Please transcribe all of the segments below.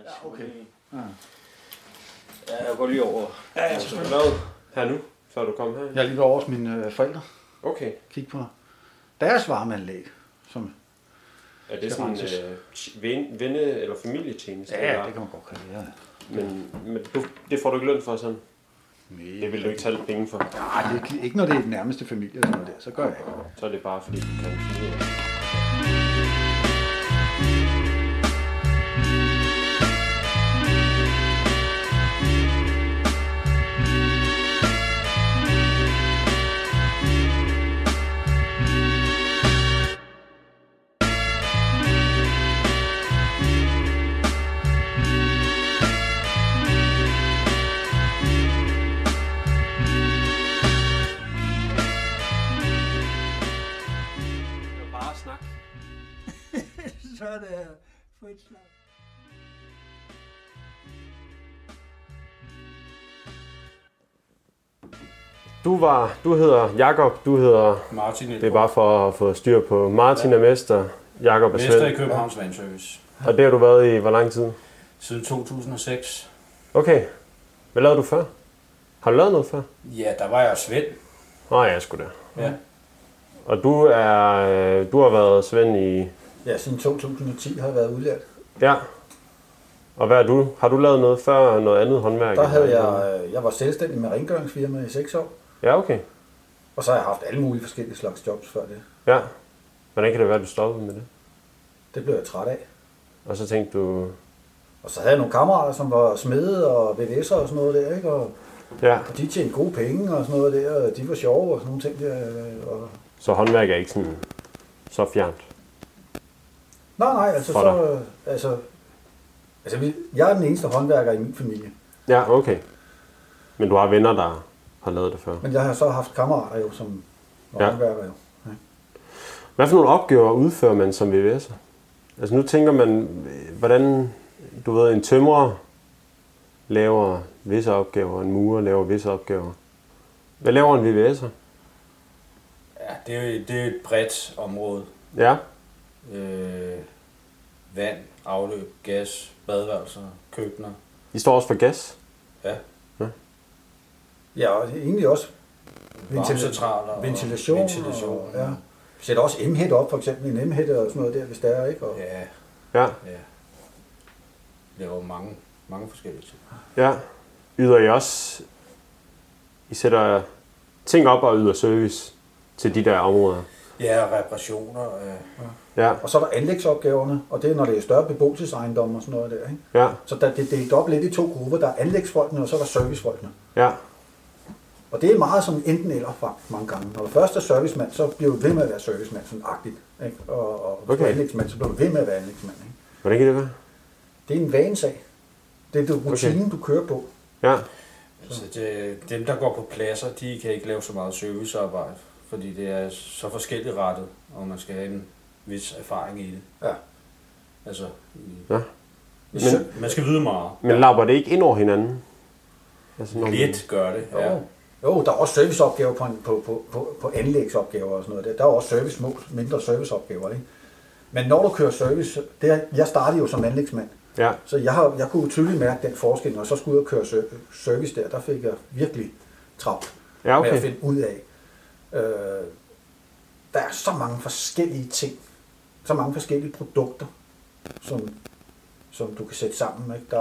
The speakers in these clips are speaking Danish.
Ja, okay. Ja. Ja, jeg går lige over. Ja, Hvad? Her nu, før du kom her? Jeg er lige ved over hos mine forældre. Okay. Kig på deres varmeanlæg, som er det sådan en venne- eller familietjeneste? Ja, det kan man godt kalde det, ja. Men det får du ikke løn for sådan? Nej. Det vil du ikke tage penge for? Nej, det er ikke, når det er den nærmeste familie, eller sådan noget der, så gør jeg ikke. Så er det bare fordi, du kan finde ud af det. Så er det frit slag. Du hedder Jakob, du hedder Martin. Det er bare for at få styr på. Martin er mester, Jakob er Svend. Mester i Københavns Vandservice. Og det har du været i hvor lang tid? Siden 2006. Okay. Hvad lavede du før? Har du lavet noget før? Ja, der var jeg Svend. Nej, jeg skulle da. Ja. Og du har været Svend i... Ja, siden 2010 har jeg været udlært. Ja. Og hvad er du? Har du lavet noget før, noget andet håndværk? Der havde jeg var selvstændig med rengøringsfirma i 6 år. Ja, okay. Og så har jeg haft alle mulige forskellige slags jobs før det. Ja. Hvordan kan det være, at du stoppede med det? Det blev jeg træt af. Og så tænkte du... Og så havde jeg nogle kammerater, som var smede og VVS'er og sådan noget der, ikke? Og de tjente gode penge og sådan noget der, og de var sjove og sådan nogle ting der. Og... Så håndværk er ikke sådan så fjernt? Nej, altså jeg er den eneste håndværker i min familie. Ja, okay. Men du har venner, der har lavet det før? Men jeg har så haft kammerater jo, som håndværker jo. Ja. Hvad for nogle opgaver udfører man som VVS'er? Altså nu tænker man, hvordan, du ved, en tømrer laver visse opgaver, en murer laver visse opgaver. Hvad laver en VVS'er? Ja, det er et bredt område. Ja. Vand, afløb, gas, badeværelser, køkkener. I står også for gas? Ja. Ja, og egentlig også ventilation. Og, ja. Vi sætter også M-hæt op, for eksempel en M-hæt og sådan noget der, hvis der er, ikke? Og... Ja. Det er jo mange forskellige ting. Ja. Yder I også... I sætter ting op og yder service til de der områder? Ja, reparationer. Ja. Og så er der anlægsopgaverne, og det er, når det er større beboelsesejendomme og sådan noget der, ikke? Ja. Så det er delt op lidt i 2 grupper. Der er anlægsfolkene, og så er der servicefolkene. Ja. Og det er meget som enten eller mange gange. Når du først er servicemand, så bliver du ved med at være servicemand, sådan agtigt. Ikke? Og hvis du er anlægsmand, så bliver du ved med at være anlægsmand. Ikke? Hvordan kan det være? Det er en vanesag. Det er rutinen, du kører på. Ja. Altså dem, der går på pladser, de kan ikke lave så meget servicearbejde, fordi det er så forskelligt rettet, og man skal have en vis erfaring i det. Ja. Altså, Men, man skal vide meget. Men lapper det ikke ind over hinanden? Altså, lidt gør det, ja. Jo, der er også serviceopgaver på anlægsopgaver og sådan noget. Der er også mindre serviceopgaver, ikke? Men når du kører service, jeg startede jo som anlægsmand. Ja. Så jeg kunne tydeligt mærke den forskel, når så skulle jeg køre service der fik jeg virkelig travlt med at finde ud af. Der er så mange forskellige ting, så mange forskellige produkter, som du kan sætte sammen, ikke?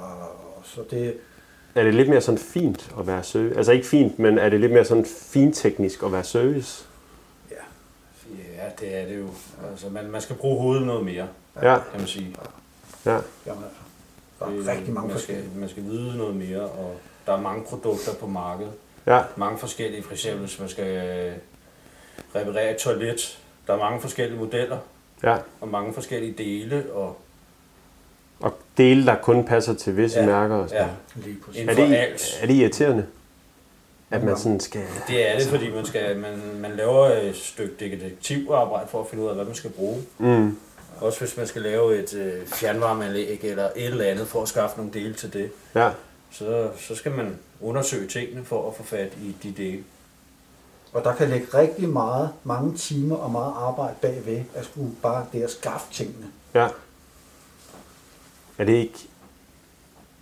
Er det lidt mere sådan fint at være service? Altså ikke fint, men er det lidt mere sådan finteknisk at være service? Ja, det er det jo. Altså, man skal bruge hovedet noget mere, kan man sige. Ja. Jamen, der er rigtig mange forskellige. Man skal vide noget mere, og der er mange produkter på markedet. Ja. Mange forskellige, for eksempel hvis man skal reparere et toilet. Der er mange forskellige modeller, og mange forskellige dele. Og dele, der kun passer til visse mærker og sådan. Ja, lige præcis. Er det irriterende, at man sådan skal... Det er det, fordi man laver et stykke detektivarbejde for at finde ud af, hvad man skal bruge. Mm. Også hvis man skal lave et fjernvarmeanlæg eller et eller andet for at skaffe nogle dele til det. Ja. Så skal man undersøge tingene for at få fat i de dele. Og der kan ligge rigtig mange timer og meget arbejde bagved at skulle bare det at skaffe tingene. Ja. Er det ikke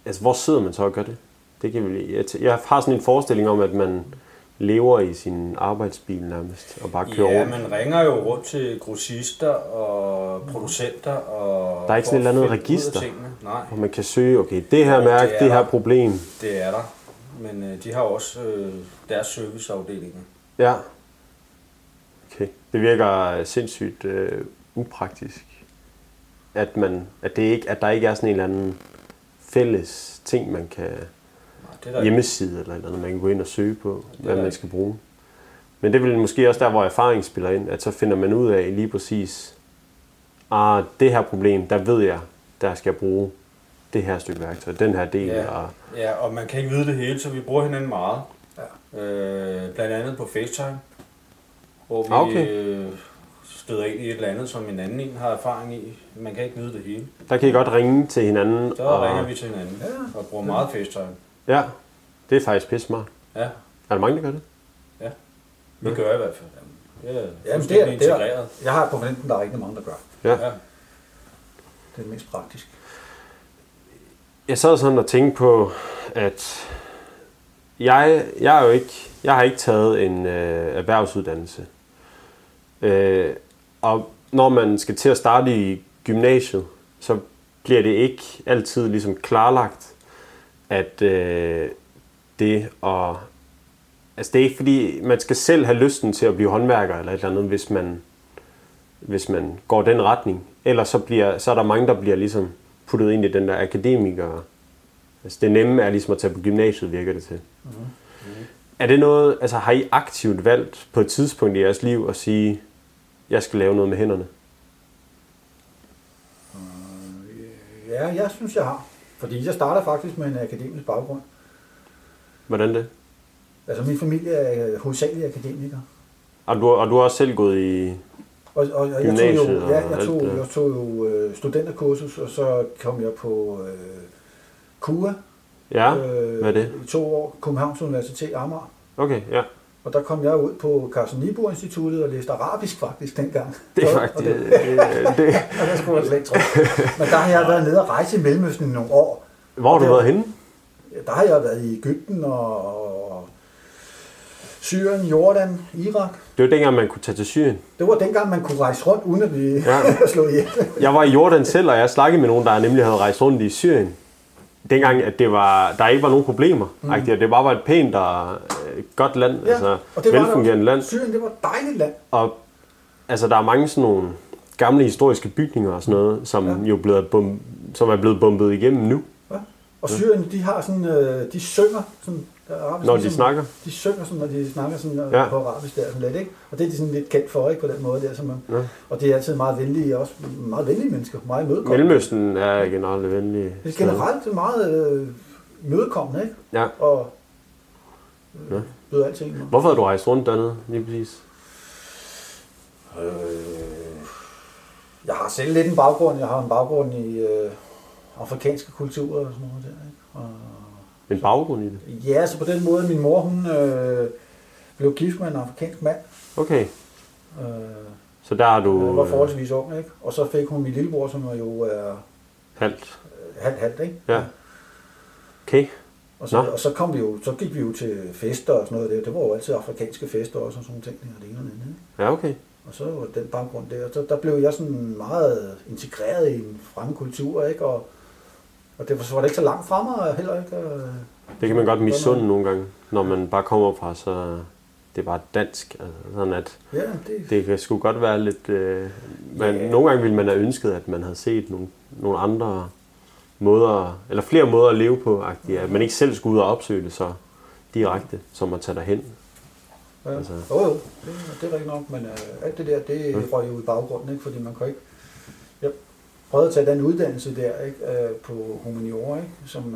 altså, hvor sidder man så og gør det? Det kan vel, jeg har sådan en forestilling om, at man lever i sin arbejdsbil nærmest, og bare kører Ja, rundt. man ringer jo rundt til grossister og producenter. Og der er ikke sådan et eller andet register, Nej. hvor man kan søge, okay, det her mærke, det her problem. Det er der, men de har også deres serviceafdelinger. Ja. Okay. Det virker sindssygt upraktisk, at der ikke er sådan en eller anden fælles ting, man kan hjemmeside eller noget, man kan gå ind og søge på, hvad man skal bruge. Men det vil måske også der, hvor erfaring spiller ind, at så finder man ud af lige præcis, det her problem, der ved jeg, der skal jeg bruge det her stykke værktøj, den her del. Ja, og man kan ikke vide det hele, så vi bruger hinanden meget. Ja. Blandt andet på FaceTime, hvor vi støder ind i et eller andet, som en anden en har erfaring i. Man kan ikke vide det hele. Der kan I godt ringe til hinanden. Så ringer vi til hinanden og bruger meget FaceTime. Ja, det er faktisk pisse smart. Ja. Er der mange, der gør det? Ja, vi gør i hvert fald. Jamen, det er integreret. Jeg har på fornemmelsen, der er rigtig mange, der gør. Ja. Det er det mest praktisk. Jeg sad sådan og tænkte på, at jeg har ikke taget en erhvervsuddannelse. Og når man skal til at starte i gymnasiet, så bliver det ikke altid ligesom klarlagt, at det er ikke fordi, man skal selv have lysten til at blive håndværker eller et eller andet, hvis man går den retning. Ellers så er der mange, der bliver ligesom puttet ind i den der akademikere. Altså det nemme er ligesom at tage på gymnasiet, virker det til. Er det noget, altså har I aktivt valgt på et tidspunkt i jeres liv at sige, jeg skal lave noget med hænderne? Ja, jeg synes, jeg har. Fordi jeg starter faktisk med en akademisk baggrund. Hvordan det? Altså min familie er hovedsageligt akademikere. Og du har også selv gået i gymnasiet? Jeg tog jo studenterkursus, og så kom jeg på KUA. Ja, hvad er det? I 2 år, Københavns Universitet, Amager. Okay, ja. Og der kom jeg ud på Carsten Niebuhr Instituttet og læste arabisk faktisk dengang. Det er faktisk det. Og det skulle jeg slet ikke tro. Men der har jeg været nede og rejse i Mellemøsten i nogle år. Hvor har du været henne? Der har jeg været i Egypten og Syrien, Jordan, Irak. Det var dengang, man kunne tage til Syrien. Det var dengang, man kunne rejse rundt, uden at blive slået ihjel. Jeg var i Jordan selv, og jeg snakkede med nogen, der nemlig havde rejst rundt i Syrien. Dengang, at der ikke var nogen problemer. Det bare var et pænt og godt land, altså og det velfungerende land. Syrien, det var et dejligt land. Og altså, der er mange sådan nogle gamle historiske bygninger og sådan noget, som som er blevet bombet igennem nu. Ja. Og Syrien, de har sådan, de synger sådan, når de snakker? De synger sådan, når de snakker sådan, på arabisk der sådan lidt, ikke? Og det er de sådan lidt kendt for, ikke, på den måde der. Og det er altid meget venlige mennesker, meget imødekommende. Mellemøsten er generelt venlige. Det er generelt meget imødekommende, ikke? Ja. Og byder alting. Hvorfor har du rejst rundt dernede, lige præcis? Jeg har selv lidt en baggrund. Jeg har en baggrund i afrikanske kulturer og sådan noget der, ikke? Og en baggrund i det? Ja, så på den måde, min mor, hun blev gift med en afrikansk mand. Okay. Så der har du... Jeg var forholdsvis ung, ikke? Og så fik hun min lillebror, som jo er... Halvt, ikke? Ja. Okay. Og så gik vi jo til fester og sådan noget der. Det var jo altid afrikanske fester også og sådan ting, og det ene og det andet. Ja, okay. Og så var den baggrund der. Så der blev jeg sådan meget integreret i en fremmed kultur, ikke? Og det var det ikke så langt fra mig heller ikke. Det kan man godt misunde nogle gange, når man bare kommer fra, så det er bare dansk. Altså, sådan at det kan sgu godt være lidt... Nogle gange ville man have ønsket, at man havde set nogle andre måder, eller flere måder at leve på, at man ikke selv skulle ud og opsøge det så direkte, som at tage derhen. Ja. Altså. Jo, det er rigtigt nok, men alt det der, det røg jo i baggrunden, ikke? Fordi man kan ikke... Jeg prøvede at tage den uddannelse der, ikke? På humaniora, ikke?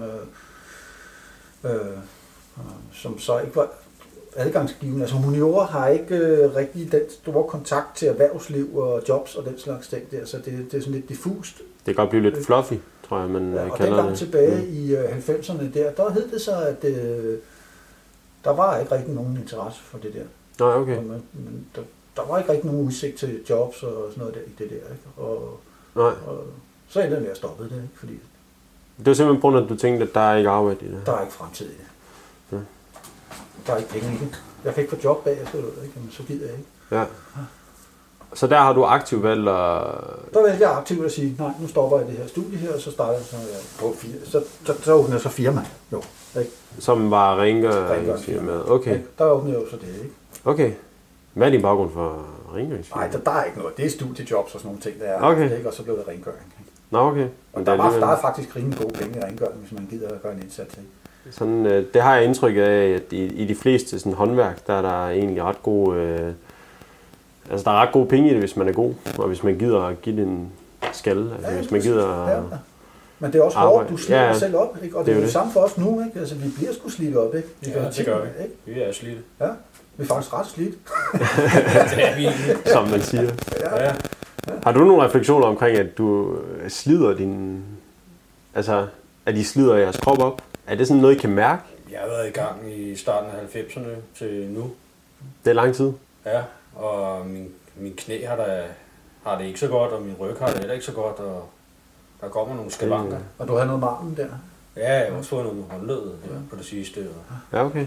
Som så ikke var adgangsgivende. Altså humaniora har ikke rigtig den store kontakt til erhvervsliv og jobs og den slags ting der, så det er sådan lidt diffust. Det kan godt blive lidt fluffy, tror jeg, man og kalder det. Og dengang tilbage i 90'erne der hed det så, at der var ikke rigtig nogen interesse for det der. Nej, okay. Men der var ikke rigtig nogen udsigt til jobs og sådan noget der i det der, ikke? Og så endte jeg med at stoppe det, ikke? Fordi Det var simpelthen på grund af, at du tænkte, at der er ikke arbejde i det? Der er ikke fremtid i det. Ja. Der er ikke penge i det. Jeg kan ikke få job bagefter, ikke? Så gider jeg ikke. Ja. Så der har du aktivt valgt at... Der valgte jeg aktivt at sige, nej, nu stopper jeg det her studie her, og så starter jeg på så åbner jeg så firma. Jo, ikke? Som var rengøringsfirmaet? Okay. Der åbner jeg jo så det, ikke? Okay. Hvad er din baggrund for rengøringsfirmaet? Nej, der er ikke noget. Det er studiejobs og sådan nogle ting, der er. Okay. Ikke? Og så blev det rengøring. Ikke? Nå, okay. Og der er faktisk rimelig gode penge i rengøring, hvis man gider at gøre en indsats. Ikke? Sådan, det har jeg indtryk af, at i de fleste sådan, håndværk, der er der egentlig ret gode... der er ret gode penge i det, hvis man er god, og hvis man gider at give det en skalle. Altså, hvis man gider ja. Men det er også hårdt, du slider dig selv op, ikke? Og det er jo det samme for os nu, ikke? Altså, vi bliver sgu slidt op, ikke? Det gør vi. Ikke? Vi er slidte. Ja, vi er faktisk ret slidt. Det er vi ikke. Som man siger. Ja. Har du nogle refleksioner omkring, at du slider din... Altså, at de slider jeres krop op? Er det sådan noget, I kan mærke? Jeg har været i gang i starten af 90'erne til nu. Det er lang tid. Ja, og min knæ har det ikke så godt, og min ryg har det heller ikke så godt, og der kommer nogle skavanker. Og du har noget med armen der? Ja, jeg har også fået noget med håndledet på det sidste. Ja, okay.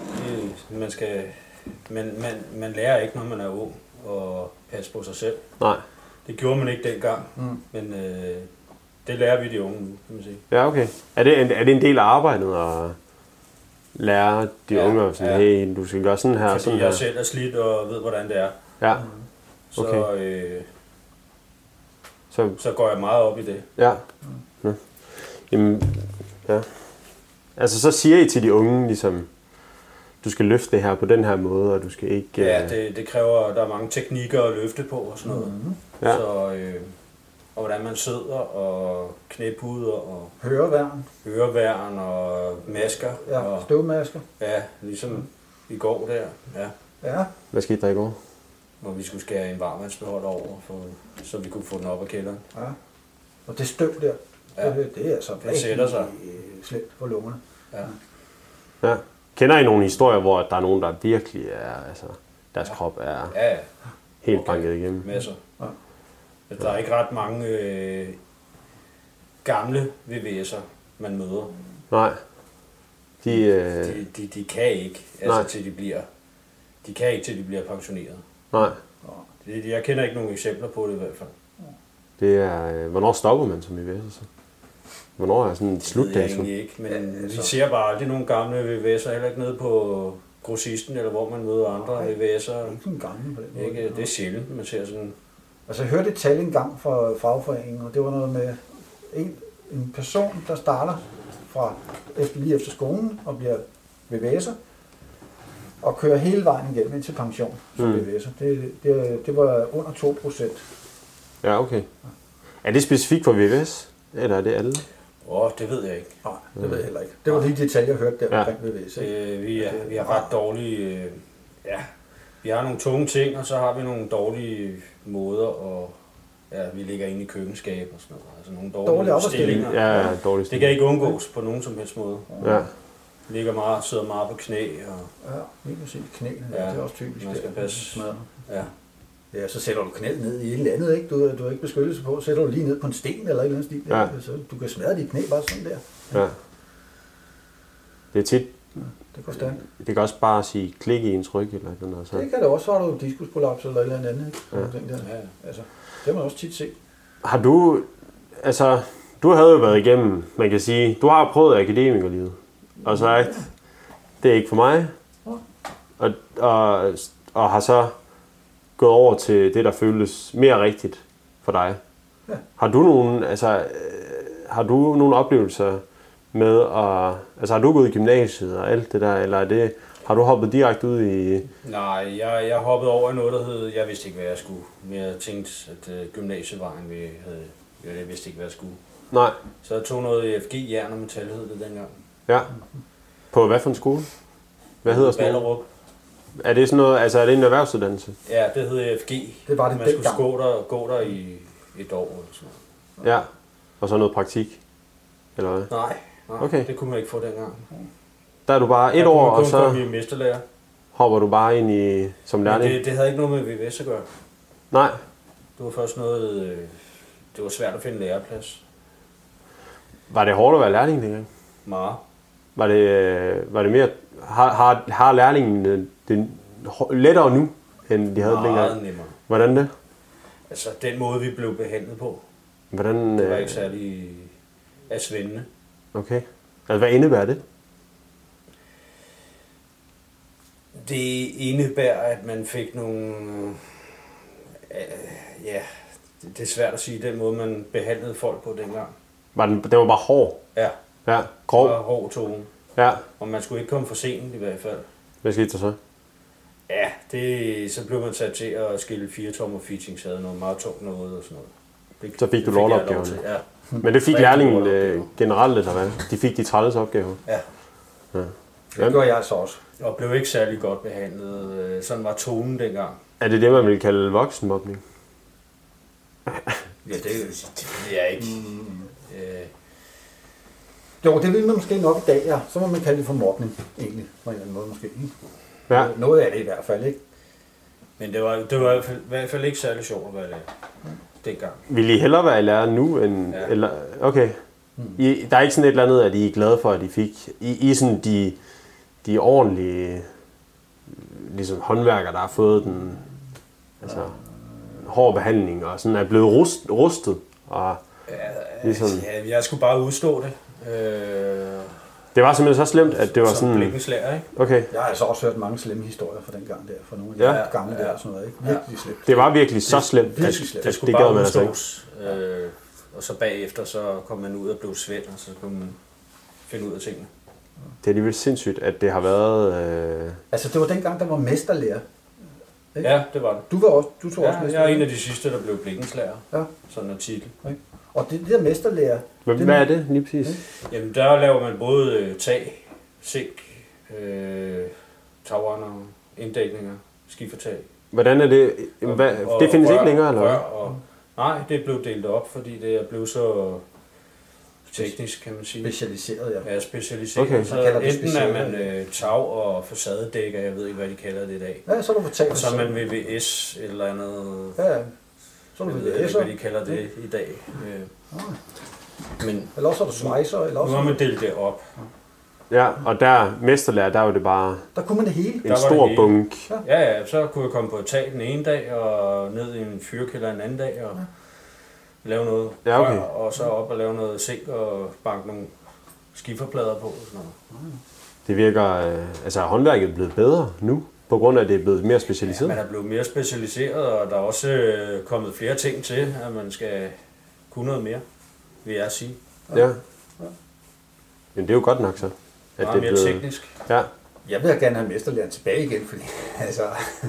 Man lærer ikke, når man er ung, at passe på sig selv. Nej. Det gjorde man ikke dengang, men det lærer vi de unge nu, kan man sige. Ja, okay. Er det en del af arbejdet at lære de unge, sådan, hey, du skal gøre sådan her, fordi sådan jeg her? selv er slidt og ved, hvordan det er. Ja, okay. Så går jeg meget op i det. Ja. Ja. Jamen, ja. Altså, så siger I til de unge, ligesom, du skal løfte det her på den her måde, og du skal ikke... Ja, det kræver, der er mange teknikker at løfte på og sådan noget. Ja. Så, og hvordan man sidder, og knæpuder, og høreværn og masker. Ja, og, støvmasker. Ja, ligesom i går der. Ja. Hvad skete der i går? Hvor vi skulle skære en varmvandsbeholder over, så vi kunne få den op af kælderen. Ja. Og det støv der, det er altså det sætter sig slemt på lungerne. Ja. Kender I nogle historier, hvor der er nogen, der virkelig er, altså, deres krop er helt banket igennem? Masser. Ja. Der er ikke ret mange gamle VVS'er, man møder. Nej. De kan ikke, altså til de bliver. De kan ikke, til de bliver pensioneret. Nej. Jeg kender ikke nogen eksempler på det i hvert fald. Det er, hvornår stopper man som VVS'er så? Hvornår er sådan en slutdato? Det er egentlig ikke, men vi ser bare aldrig nogle gamle VVS'er, heller ikke nede på grossisten, eller hvor man møder andre VVS'er. Ikke sådan gamle på den måde. Ikke, det er sjældent, man ser sådan... Altså jeg hørte et tal engang fra fagforeningen, og det var noget med en person, der starter lige efter skolen og bliver VVS'er, og kører hele vejen igennem ind til pension som VVS'er. Det var under 2%. Ja, okay. Er det specifikt for VVS, eller er det alle? Det ved jeg ikke. Nej, det ved jeg heller ikke. Det var lige detaljer, jeg hørte der omkring VVS. Vi har ret dårlige... vi har nogle tunge ting, og så har vi nogle dårlige måder, og vi ligger inde i køkkenskab og sådan noget. Altså nogle dårlige stillinger. Ja, dårlige stillinger. Det kan ikke undgås på nogen som helst måde. Ja. Sidder meget på knæ. Lige præcis. Knæene, det er også typisk. Man skal passe. Ja, så sætter du knæet ned i et eller andet, ikke? Du har ikke beskyttelse på. Sætter du lige ned på en sten eller et eller andet stil. Ja. Så du kan smadre dit knæ bare sådan der. Ja. Det er tit... Det går stand. Det kan også bare sige klik i ens ryg eller noget. Så. Det kan det også. Så har du diskusprolaps eller et eller andet. Ikke? Altså, det har man også tit set. Har du... Altså, du havde jo været igennem, man kan sige, du har prøvet akademikerlivet, og sagt, det er ikke for mig, og har så gået over til det, der føles mere rigtigt for dig. Ja. Har du nogle oplevelser med at... Altså, har du gået i gymnasiet og alt det der, eller har du hoppet direkte ud i... Nej, jeg hoppede over i noget, der hed... Jeg vidste ikke, hvad jeg skulle. Men jeg tænkte, at gymnasievejen jeg vidste ikke, hvad jeg skulle. Nej. Så jeg tog noget FG, jern og metal hed det dengang. Ja. På hvad for en skole? Hvad hedder skolen? Ballerup. Er det sådan noget, altså er det en erhvervsuddannelse? Ja, det hed FG. Det var det. Man skulle gå der i et år eller sådan noget. Ja. Og så noget praktik? Eller hvad? Nej, okay. Det kunne man ikke få dengang. Der er du bare et år, og så mesterlærer. Hopper du bare ind i som lærling? Det havde ikke noget med VVS at gøre. Nej. Det var først noget... Det var svært at finde læreplads. Var det hårdt at være lærling dengang? Meget. Var det mere... Har lærlingen det lettere nu, end de havde dengang? Meget nemmere. Hvordan det? Altså, den måde, vi blev behandlet på, Hvordan, det var ikke særlig asvendende. Okay. Altså, hvad indebærer det? Det indebærer, at man fik nogle... ja, det er svært at sige, den måde, man behandlede folk på dengang. Den var bare hård? Ja. Ja, grov? Det var hård tone. Ja. Og man skulle ikke komme for sent i hvert fald. Hvad skete der så? Ja, så blev man sat til at skille 4-tommer fitching, så havde noget meget tungt noget og sådan noget. Så fik du lorteopgaverne. Ja. Men det fik lærlingen generelt, eller hvad? De fik de træls opgaver? Ja. Det gjorde jeg så også. Og blev ikke særlig godt behandlet. Sådan var tonen dengang. Er det det, man vil kalde voksenmobning? Ja, det er jeg ikke. Jo, det vil man måske nok i dag, ja. Så må man kalde det for mobning, egentlig, på en eller anden måde måske. Ja. Noget af det i hvert fald, ikke? Men det var i hvert fald ikke særlig sjovt at være lærer dengang. Vil I hellere være i lærer nu, end... Ja. Eller, okay. Der er ikke sådan et eller andet, at I er glade for, at I fik... I sådan de ordentlige ligesom håndværkere, der har fået den altså, hård behandling, og sådan er blevet rustet. Og ligesom... Ja, jeg skulle bare udstå det. Det var simpelthen så slemt, at det var sådan... Som blikkenslager, ikke? Okay. Jeg har altså også hørt mange slemme historier fra den gang der, fra nogle af de gamle der og sådan noget, ikke? Virkelig slemt. Det var virkelig så slemt, at Det skulle det bare gad man altså ikke. udstås. Og så bagefter, så kom man ud og blev svend, og så kunne man finde ud af tingene. Det er alligevel sindssygt, at det har været... Altså, det var dengang, der var mesterlærer. Ikke? Ja, det var det. Du tog også Jeg er mesterlærer. en af de sidste, der blev blikkenslager. Ja. Sådan en titel. Okay. Og det der mesterlærer... Hvad er det lige præcis? Jamen, der laver man både tag, sink, tagrender, inddækninger, skifertag. Hvordan er det? Det findes ikke længere, eller hvad? Nej, det blev delt op, fordi det er blevet så teknisk, kan man sige. Specialiseret, ja. Ja, specialiseret. Okay. Så enten er man tag- og facadedækker, jeg ved ikke, hvad de kalder det i dag. Ja, så er du fortalt. Og så er man VVS eller andet. Ja, så er Jeg du ved ikke, VVS. hvad de kalder det i dag. Men Eller også er du svejser, eller nu også... har man delt det op. Ja, og der mesterlærer, der var det bare Der kunne man det hele. en stor bunk. Ja, så kunne jeg komme på et tag den ene dag, og ned i en fyrkælder en anden dag, og lave noget rør, og så op og lave noget zink og banke nogle skiferplader på. Og sådan noget. Det virker... altså, håndværket er blevet bedre nu, på grund af, at det er blevet mere specialiseret. Ja, man er blevet mere specialiseret, og der er også kommet flere ting til, at man skal kunne noget mere, vil jeg sige. Ja. Men det er jo godt nok så. At Meget mere teknisk. Ja. Jeg vil gerne have mesterlæreren tilbage igen, fordi altså...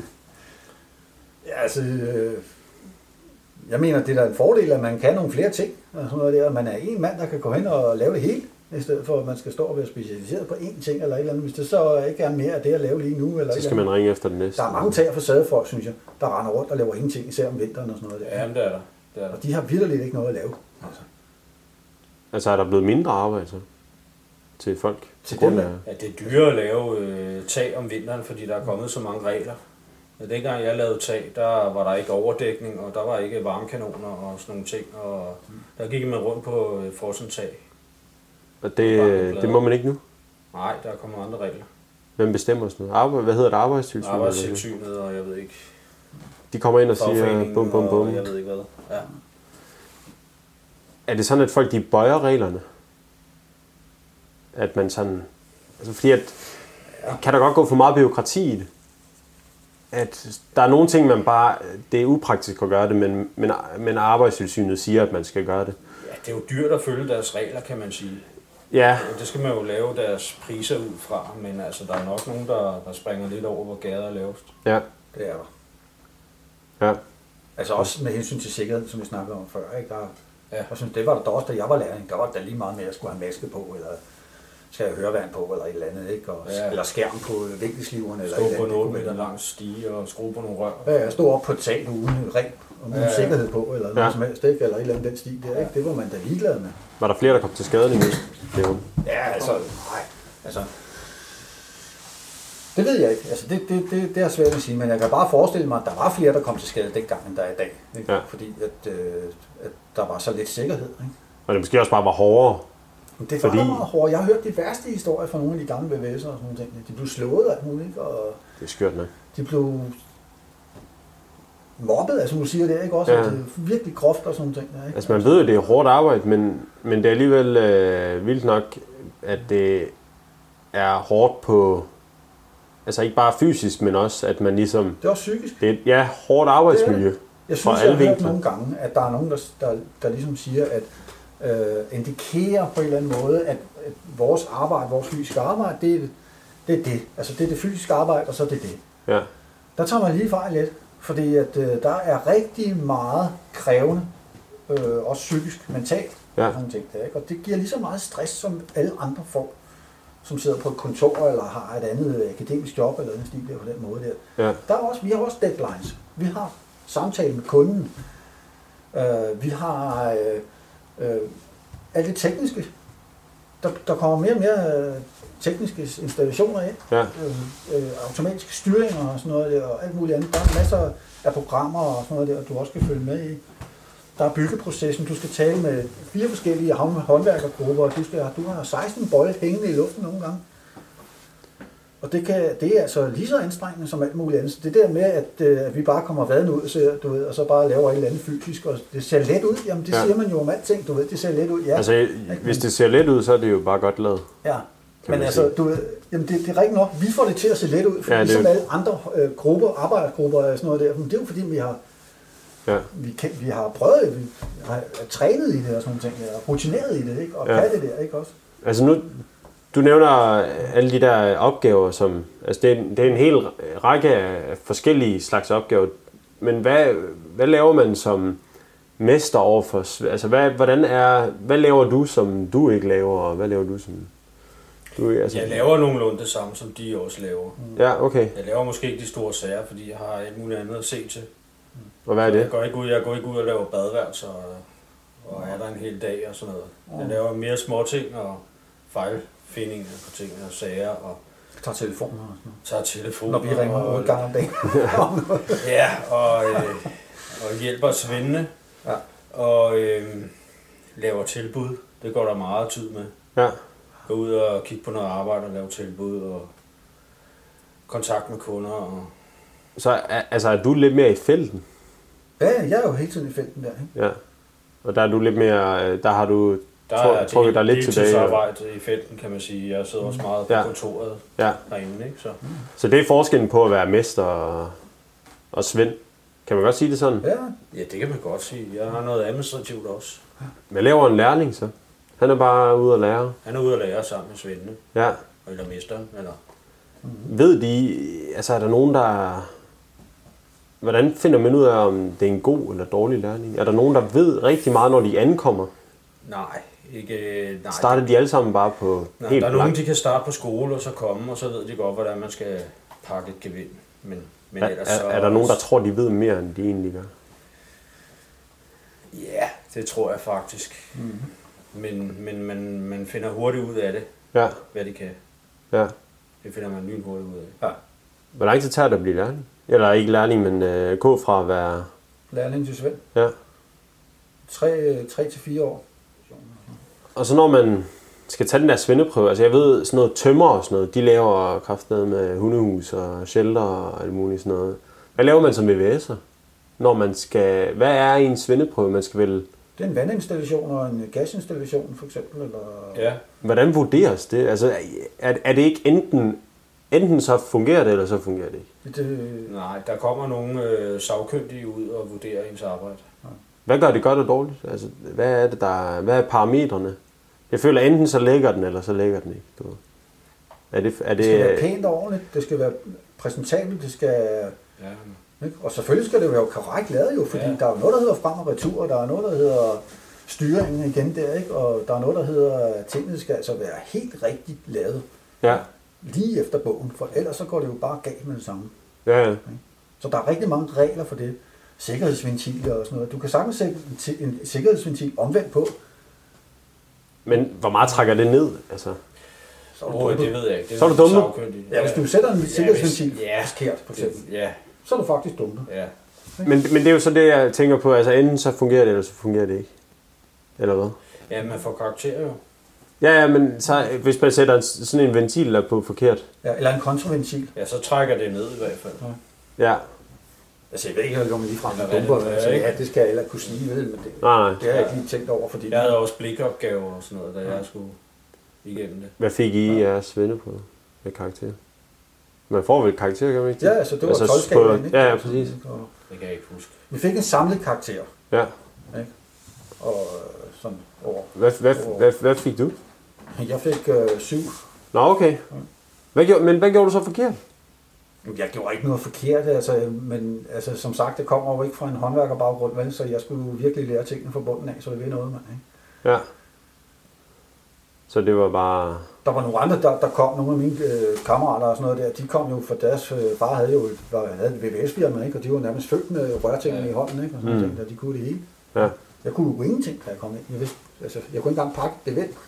ja, altså... jeg mener, det er da en fordel, at man kan nogle flere ting, og sådan noget der. Man er en mand, der kan gå hen og lave det hele, i stedet for, at man skal stå og være specialiseret på én ting eller et eller andet. Hvis det så ikke er mere af det at lave lige nu, eller Så skal man ringe efter det næste. Der er mange tag- og facadefolk, synes jeg, der render rundt og laver ingenting, især om vinteren og sådan noget der. Ja, det er der. Det er der. Og de har vitterligt ikke noget at lave. Altså, er der blevet mindre arbejde så? Til folk? Til på grund dem, af... Ja, det er dyrere at lave tag om vinteren, fordi der er kommet så mange regler. Men dengang jeg lavede tag, der var der ikke overdækning, og der var ikke varmekanoner og sådan nogle ting. Og der gik man rundt på frosentag. Og det må man ikke nu? Nej, der er kommet andre regler. Hvem bestemmer sådan noget? Hvad hedder det? Arbejdstilsynet? Arbejdstilsynet, og jeg ved ikke. De kommer ind og siger Fagforeningen, bum, bum, bum. og jeg ved ikke hvad. Ja. Er det sådan, at folk de bøjer reglerne? At man sådan... Altså fordi at... Kan der godt gå for meget bureaukrati i det? At der er nogle ting, man bare... Det er upraktisk at gøre det, men Arbejdstilsynet siger, at man skal gøre det. Ja, det er jo dyrt at følge deres regler, kan man sige. Ja. Det skal man jo lave deres priser ud fra, men altså, der er nok nogen, der springer lidt over, hvor gader er lavest. Ja. Det er der. Ja. Altså også med hensyn til sikkerhed, som vi snakkede om før. Ikke? Ja. Og synes, det var der også, da jeg var lærling. Der var der lige meget med, at jeg skulle have maske på, eller skal jeg høreværn på, eller et eller andet. Ikke? Og, eller skærm på vinkelsliverne. Eller stå på en 8 meter lang stige og skrue på nogle rør. Ja, jeg stod op på et tag uden rent og uden sikkerhed på, eller noget som helst, ikke? Eller et eller andet den stil der. Ikke? Det var man da ligeglad med. Var der flere, der kom til skade lige nu? Ja, altså, nej. Altså, det ved jeg ikke. Altså, det er svært at sige, men jeg kan bare forestille mig, at der var flere, der kom til skade dengang, end der er i dag. Ikke? Ja. Fordi at der var så lidt sikkerhed. Ikke? Og det måske også bare var hårdere Det var meget hårdt. Jeg har hørt de værste historier fra nogle af de gamle VVS'ere og sådan nogle ting. De blev slået af alt muligt, og det er skørt nok. De blev mobbet, altså du siger det, ikke også? Ja. Det er virkelig groft og sådan nogle ting. Ikke? Altså man ved jo, det er hårdt arbejde, men det er alligevel vildt nok, at det er hårdt på, altså ikke bare fysisk, men også, at man ligesom... Det er også psykisk. Det er hårdt arbejdsmiljø. Jeg synes, jeg har hørt nogle gange, at der er nogen, der ligesom siger, at indikerer på en eller anden måde, at vores arbejde, vores fysiske arbejde, det er det. Altså det er det fysiske arbejde, og så er det det. Ja. Der tager man lige fejl lidt, fordi at der er rigtig meget krævende, også psykisk, mentalt, sådan ting der, ikke? Og det giver lige så meget stress, som alle andre folk, som sidder på et kontor, eller har et andet akademisk job, eller en stil der på den måde der. Ja. Vi har også deadlines. Vi har samtale med kunden. Vi har alt det tekniske. Der kommer mere og mere tekniske installationer ind. Ja. Automatiske styringer og sådan noget der, og alt muligt andet. Der er masser af programmer og sådan noget der, du også skal følge med i. Der er byggeprocessen. Du skal tale med 4 forskellige håndværkergrupper, og du har 16 bolde hængende i luften nogle gange. Og det er altså lige så anstrengende som alt muligt andet. Så det der med, at vi bare kommer vaden ud, så, du ved, og så bare laver et eller andet fysisk, og det ser let ud, jamen det siger man jo om alting, du ved, det ser let ud, ja. Altså, hvis det ser let ud, så er det jo bare godt lavet. Ja, men altså, du ved, jamen det er rigtigt nok, vi får det til at se let ud, for ligesom alle andre arbejdsgrupper og sådan noget der, men det er jo fordi, vi har prøvet, vi har trænet i det og sådan nogle ting, og rutineret i det, ikke? Og kan det der, ikke også? Altså nu, du nævner alle de der opgaver, som, altså det er en hel række af forskellige slags opgaver, men hvad laver man som mester overfor, altså hvad laver du, som du ikke laver, og hvad laver du, som du ikke, altså... Jeg laver nogenlunde det samme, som de også laver. Ja, okay. Jeg laver måske ikke de store sager, fordi jeg har alt muligt andet at se til. Og hvad er det? Jeg går ikke ud og laver badeværelser, og er der en hel dag og sådan noget. Jeg laver mere småting og fejlfindinger på ting og sager og tager telefoner og sådan noget. Når vi ringer 8 gange om dagen. Ja, og hjælper svindende. Ja. Og laver tilbud. Det går der meget tid med. Ja. Gå ud og kigge på noget arbejde og lave tilbud og kontakt med kunder. Og... Så er du lidt mere i felten? Ja, jeg er jo hele tiden i felten der. Ikke? Ja. Og der er du lidt mere, der har du trukket dig lidt tilbage. Der er arbejde i felten, kan man sige. Jeg sidder også meget på kontoret derinde. Ikke? Så det er forskellen på at være mester og svend. Kan man godt sige det sådan? Ja, det kan man godt sige. Jeg har noget administrativt også. Hvad laver en lærling så? Han er bare ude at lære? Han er ude at lære sammen med svendene. Ja. Eller mesteren, eller... Ved de, altså er der nogen, der... Hvordan finder man ud af, om det er en god eller dårlig lærling? Er der nogen, der ved rigtig meget, når de ankommer? Nej, ikke... Nej, starter de alle sammen bare på helt der er nogen, de kan starte på skole og så komme, og så ved de godt, hvordan man skal pakke et gevind. Men ellers så... Er der nogen, der tror, de ved mere, end de egentlig gør? Ja, det tror jeg faktisk. Men man finder hurtigt ud af det, hvad de kan. Ja. Det finder man lynhurtigt ud af. Ja. Hvor lang tid tager det at blive lærling? Eller ikke lærling, men gå fra at være... Lærling til svend? Ja. 3 til 4 år. Og så når man skal tage den der svendeprøve, altså jeg ved sådan noget tømmer og sådan noget, de laver kraftedeme med hundehus og shelter og alt muligt sådan noget. Hvad laver man som VVS'er? Når man skal... Hvad er en svendeprøve, man skal vælge? Det er en vandinstallation og en gasinstallation for eksempel. Eller... Ja. Hvordan vurderes det? Altså er det ikke enten så fungerer det, eller så fungerer det ikke? Nej, der kommer nogle sagkyndige ud og vurderer ens arbejde. Ja. Hvad gør det godt og dårligt? Altså, hvad er parametrene? Jeg føler, enten så lægger den, eller så lægger den ikke. Det skal være pænt og ordentligt, det skal være præsentabelt, det skal... Ja. Ikke? Og selvfølgelig skal det være korrekt lavet jo, fordi der er noget, der hedder frem og retur, og der er noget, der hedder styringen igen der, ikke? Og der er noget, der hedder, at tingene skal altså være helt rigtigt lavet. Ja. Lige efter bogen, for ellers så går det jo bare galt med det samme. Ja. Så der er rigtig mange regler for det. Sikkerhedsventiler og sådan noget. Du kan sagtens sætte en sikkerhedsventil omvendt på. Men hvor meget trækker det ned? Altså? Så er du det ved jeg ikke. Så er du dumme? Ja, hvis du sætter en sikkerhedsventil forkert, for eksempel, så er du faktisk dumme. Ja. Men det er jo så det, jeg tænker på. Altså enten så fungerer det, eller så fungerer det ikke. Eller hvad? Ja, man får karakter jo. Ja, men så, hvis man sætter sådan en ventil der på forkert. Ja, eller en kontraventil. Ja, så trækker det ned i hvert fald. Ja. Altså, jeg ved ikke, om man lige frem med dumper. Altså, ja, det skal jeg heller kunne sige, ved, men det, Nej. det har jeg ikke lige tænkt over, fordi... Jeg havde også blikopgaver og sådan noget, da jeg skulle igennem det. Hvad fik I jeres venner på med karakter? Man får vel karakter, kan man ikke? Ja, altså det var 12-skalaen, ikke? Ja, præcis. Det kan jeg ikke huske. Vi fik en samlet karakter. Ja. Ikke? Og sådan over... Hvad fik du? Jeg fik 7. Nå, okay. Hvad gjorde du så forkert? Jeg gjorde ikke noget forkert, altså, men altså, som sagt, det kommer jo ikke fra en håndværkerbaggrund, vel, så jeg skulle virkelig lære tingene fra bunden af, så det ved noget, man, ikke? Ja. Så det var bare... Der var nogle andre, der kom, nogle af mine kammerater og sådan noget der, de kom jo, for deres far havde jo et VVS-firma, ikke? Og de var nærmest født med rørtingene i hånden, ikke? Og sådan ting, der de kunne det hele. Ja. Jeg kunne jo ingenting, da jeg kom ind. Jeg kunne ikke engang pakke det ved.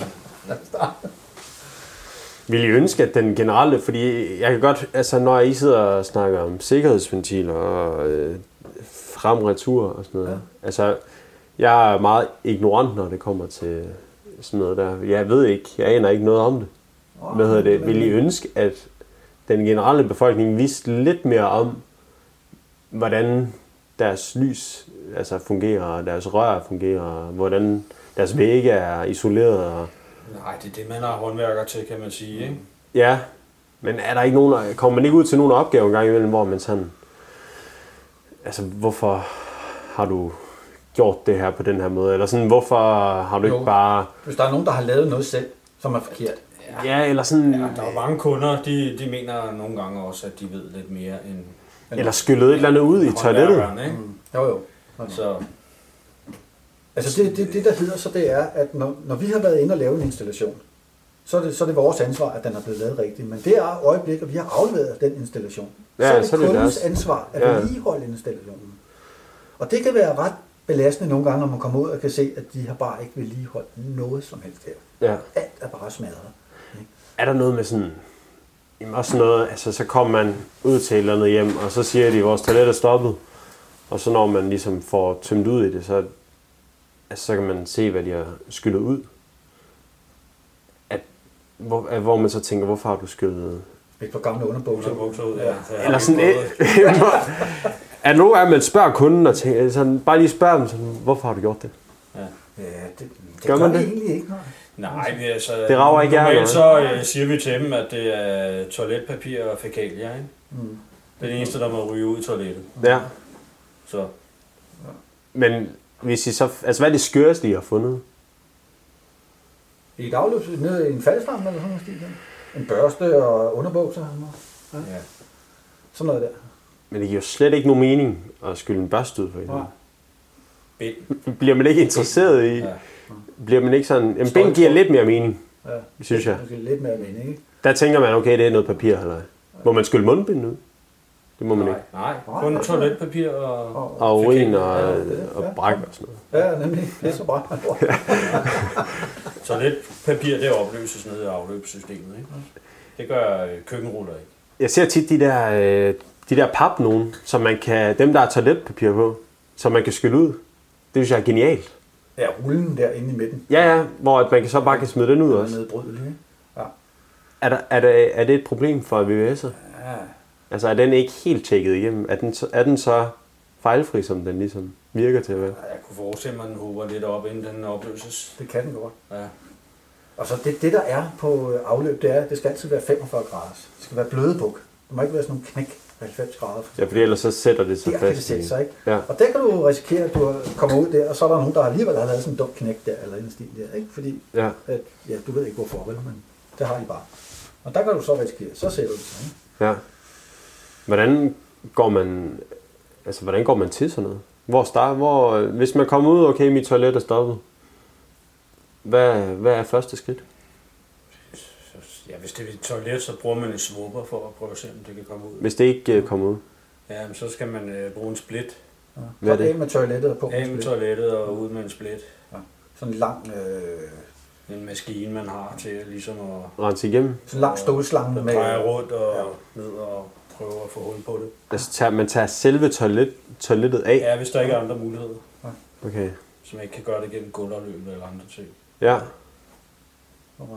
Vil I ønske, at den generelle, fordi jeg kan godt, altså når I sidder og snakker om sikkerhedsventiler og frem-retur og sådan noget, altså jeg er meget ignorant, når det kommer til sådan noget der. Jeg ved ikke, jeg aner ikke noget om det. Hvad hedder det? Vil I ønske, at den generelle befolkning vidste lidt mere om, hvordan deres lys altså fungerer, deres rør fungerer, hvordan deres vægge er isoleret og... Nej, det er det, man har håndværker til, kan man sige, ikke? Ja, men er der ikke nogen, kommer man ikke ud til nogle opgaver en gang imellem, hvor man sådan, altså hvorfor har du gjort det her på den her måde, eller sådan, hvorfor har du ikke bare... Hvis der er nogen, der har lavet noget selv, som er forkert. Ja, eller sådan... Ja, der er mange kunder, de mener nogle gange også, at de ved lidt mere end... Eller skyllet et eller andet ud i toilettet. Jo. Så... Altså det der hedder så, det er, at når vi har været inde og lave en installation, så er det vores ansvar, at den er blevet lavet rigtigt. Men det er øjeblik, at vi har afleveret den installation. Ja, så er det kundens ansvar at vedligeholde installationen. Og det kan være ret belastende nogle gange, når man kommer ud og kan se, at de har bare ikke vedligeholdt noget som helst her. Ja. Alt er bare smadret. Er der noget med sådan... Jamen også noget, altså så kommer man ud til et eller andet hjem, og så siger de, at vores toilet er stoppet. Og så når man ligesom får tømt ud i det, så kan man se, hvad de har skyllet ud. Hvor man så tænker, hvorfor har du skyllet... Et par gamle underbukser ud, ja. Eller sådan... Er nogle gange, man spørger kunden, og tænker, sådan, bare lige spørger dem, sådan, hvorfor har du gjort det? Ja, det gør man det egentlig ikke. Nej, altså, det rager ikke normalt så siger vi til dem, at det er toiletpapir og fækalier, ikke? Det er det eneste, der må ryge ud i toilettet. Ja. Så. Men hvis I så, altså hvad er det skøreste, I har fundet? I et afløb nede i en faldstamme eller sådan noget? En børste og underbukser? Ja. Sådan noget der. Men det giver jo slet ikke nogen mening at skylde en børste ud for en. Bind. Bliver man ikke interesseret i? Ja. Bliver man ikke sådan... En bind giver lidt mere mening, synes jeg. Det giver lidt mere mening, ikke? Der tænker man, okay, det er noget papir, eller må man skylde mundbind ud? Det må man ikke. Nej, kun toiletpapir og urin og bræk og sådan noget. Ja, nemlig. Det er så bra. Toiletpapir, det opløses ned i afløbssystemet, ikke? Det gør køkkenruller ikke. Jeg ser tit de der pap nogen, som man kan, dem der er toiletpapir på, som man kan skylle ud. Det synes jeg er genialt. Ja, rullen der inde i midten. Ja, hvor man så bare kan smide den ud også. Nedbrydelig, ikke? Ja. Er det et problem for VVS'er? Ja. Altså er den ikke helt tjekket igennem? Er den så fejlfri, som den ligesom virker til at være? Jeg kunne forestille mig, at den håber lidt op, inden den opløses. Det kan den godt. Ja. Og så det der er på afløb, det er, at det skal altid være 45 grader. Det skal være blødebuk. Det må ikke være sådan nogle knæk 90 grader. Ja, fordi ellers så sætter det sig fast. Kan det sætte sig, ikke? Ja. Og der kan du risikere, at du kommer ud der, og så er der nogen, der alligevel har lavet sådan en dum knæk der, eller en stil der, ikke? Fordi, du ved ikke hvorfor, vel, men det har de bare. Og der kan du så risikere, så sætter du det sig, ikke? Ja. Hvordan går man til sådan noget? Hvis man kommer ud, okay, mit toilet er stoppet. Hvad er første skridt? Ja, hvis det er et toilet, så bruger man en svupper for at prøve at se, om det kan komme ud. Hvis det ikke kommer ud? Ja, men så skal man bruge en split. Ja. Hvad er det? Af med toilettet og på af med toilettet og ud med en split. Ja. Sådan en lang... En maskine, man har til ligesom at... rense igennem? Sådan en lang stålslange med... drejer rundt og ned og prøver at få hul på det. Altså man tager selve toilettet af? Ja, hvis der ikke er andre muligheder. Okay. Så man ikke kan gøre det gennem gulvafløb eller andre ting. Ja.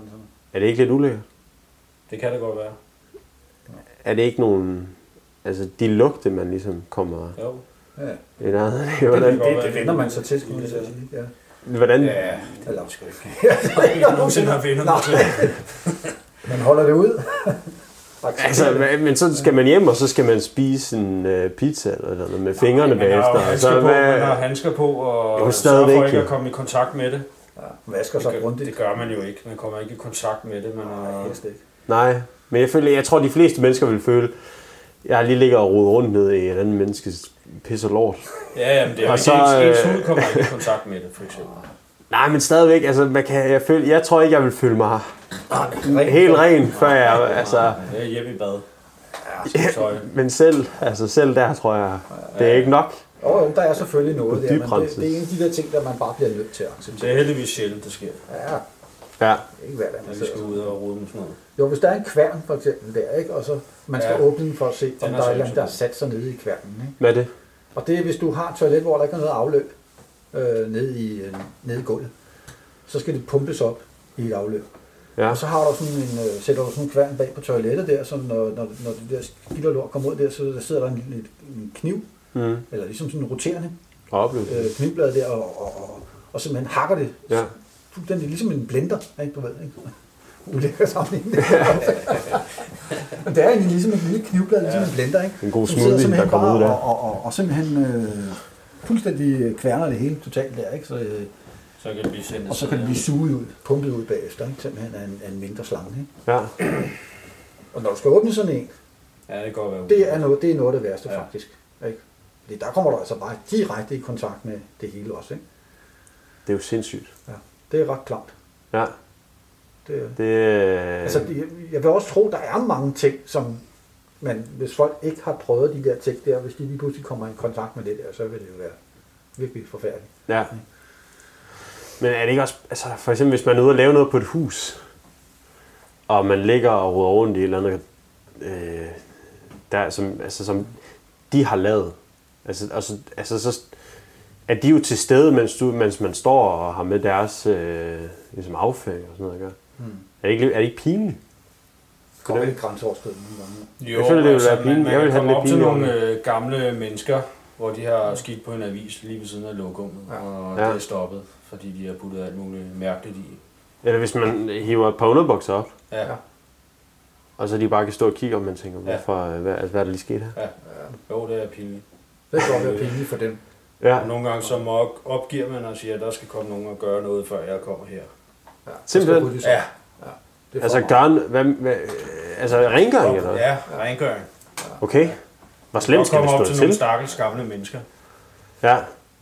grænserne. Er det ikke lidt ulækkert? Det kan det godt være. Er det ikke nogen... Altså, de lugte, man ligesom kommer... Jo. Ja. I nærheden af, hvordan... Det vender man så til, skal man sige. Ja. Hvordan... Ja, Eller sgu ikke. Jeg har nogensinde har vendt mig til. Man holder det ud. Altså, men så skal man hjem, og så skal man spise en pizza eller noget med fingrene bagefter. Man har handsker på, og sørger for ikke at komme i kontakt med det. Ja, vasker sig grundigt. Det gør man jo ikke. Man kommer ikke i kontakt med det. Nej, men jeg tror, de fleste mennesker vil føle, jeg har lige ligget og rodet rundt ned i et andet menneskes pis og lort. Ja, men det er jo ikke ens hud kommer ikke i kontakt med det, for eksempel. Nej, men stadigvæk, altså, jeg tror ikke, jeg vil føle mig helt ren, før jeg, altså... Jeg er hjemme i bad. Ja, men selv der tror jeg, det er ikke nok. Jo, der er selvfølgelig noget der, men det er en af de der ting, der man bare bliver nødt til at acceptere. Det er heldigvis sjældent, det sker. Ja. Ikke hver dag, man skal ud og rode med sådan noget. Jo, hvis der er en kværn for eksempel der, ikke? Og så man skal åbne den for at se, om der er et eller andet, der er sat sig nede i kværnen. Ikke? Hvad er det? Og det er, hvis du har et toilet, hvor der ikke er noget afløb nede i gulvet, så skal det pumpes op i et afløb. Ja. Og så har du sådan sætter du sådan en kværn bag på toilettet der, så når det der skidt og lort kommer ud der, så der sidder der en kniv, eller ligesom sådan en roterende knivblad der, og simpelthen hakker det. Ja. Fuldstændig ligesom en blender, ikke, du ved, ikke? Ulækker sammenligning. Det er egentlig ligesom en lille knivblad, ligesom en blender, ikke? En god smoothie, der kommer ud der. Og simpelthen fuldstændig kværner det hele totalt der, ikke? Så kan det blive sendt. Og så kan det blive suget ud, pumpet ud bagefter, ikke? Simpelthen af en mindre slange, ikke? Ja. Og når du skal åbne sådan en, ja, det går være. Det er noget af det værste, faktisk, ikke? Fordi der kommer du altså bare direkte i kontakt med det hele også, ikke? Det er jo sindssygt. Ja, det er ret klart. Ja. Altså, jeg vil også tro, der er mange ting, som man, hvis folk ikke har prøvet de der ting der, hvis de lige pludselig kommer i kontakt med det der, så vil det jo være virkelig forfærdeligt. Ja. Men er det ikke også, altså for eksempel hvis man er ude og lave noget på et hus, og man ligger og roder rundt i et eller andet, der, som de har lavet, så er de jo til stede, mens man står og har med deres ligesom affald og sådan noget at gøre. Er det ikke pinligt? Det er ikke grænseoverskridende nogle gange. Jo, jeg føler, det vil være pinligt. Man kan komme op til nogle gamle mennesker, hvor de har skidt på en avis lige ved siden af lokummet, og det er stoppet, fordi de har puttet alt muligt mærkeligt i. Eller hvis man hiver et par underbukser op, og så de bare kan stå og kigge, og man tænker, hvad er der lige sket her? Ja. Jo, det er pinligt. Det kan godt være pinligt for dem. Ja. Nogle gange så opgiver man og siger, at der skal komme nogen og gøre noget, før jeg kommer her. Ja. Simpelthen? Ja. Altså rengøring eller? Ja, rengøring. Okay. Hvor slemt skal det stå til? Og komme op til nogle stakkels gamle mennesker. Ja.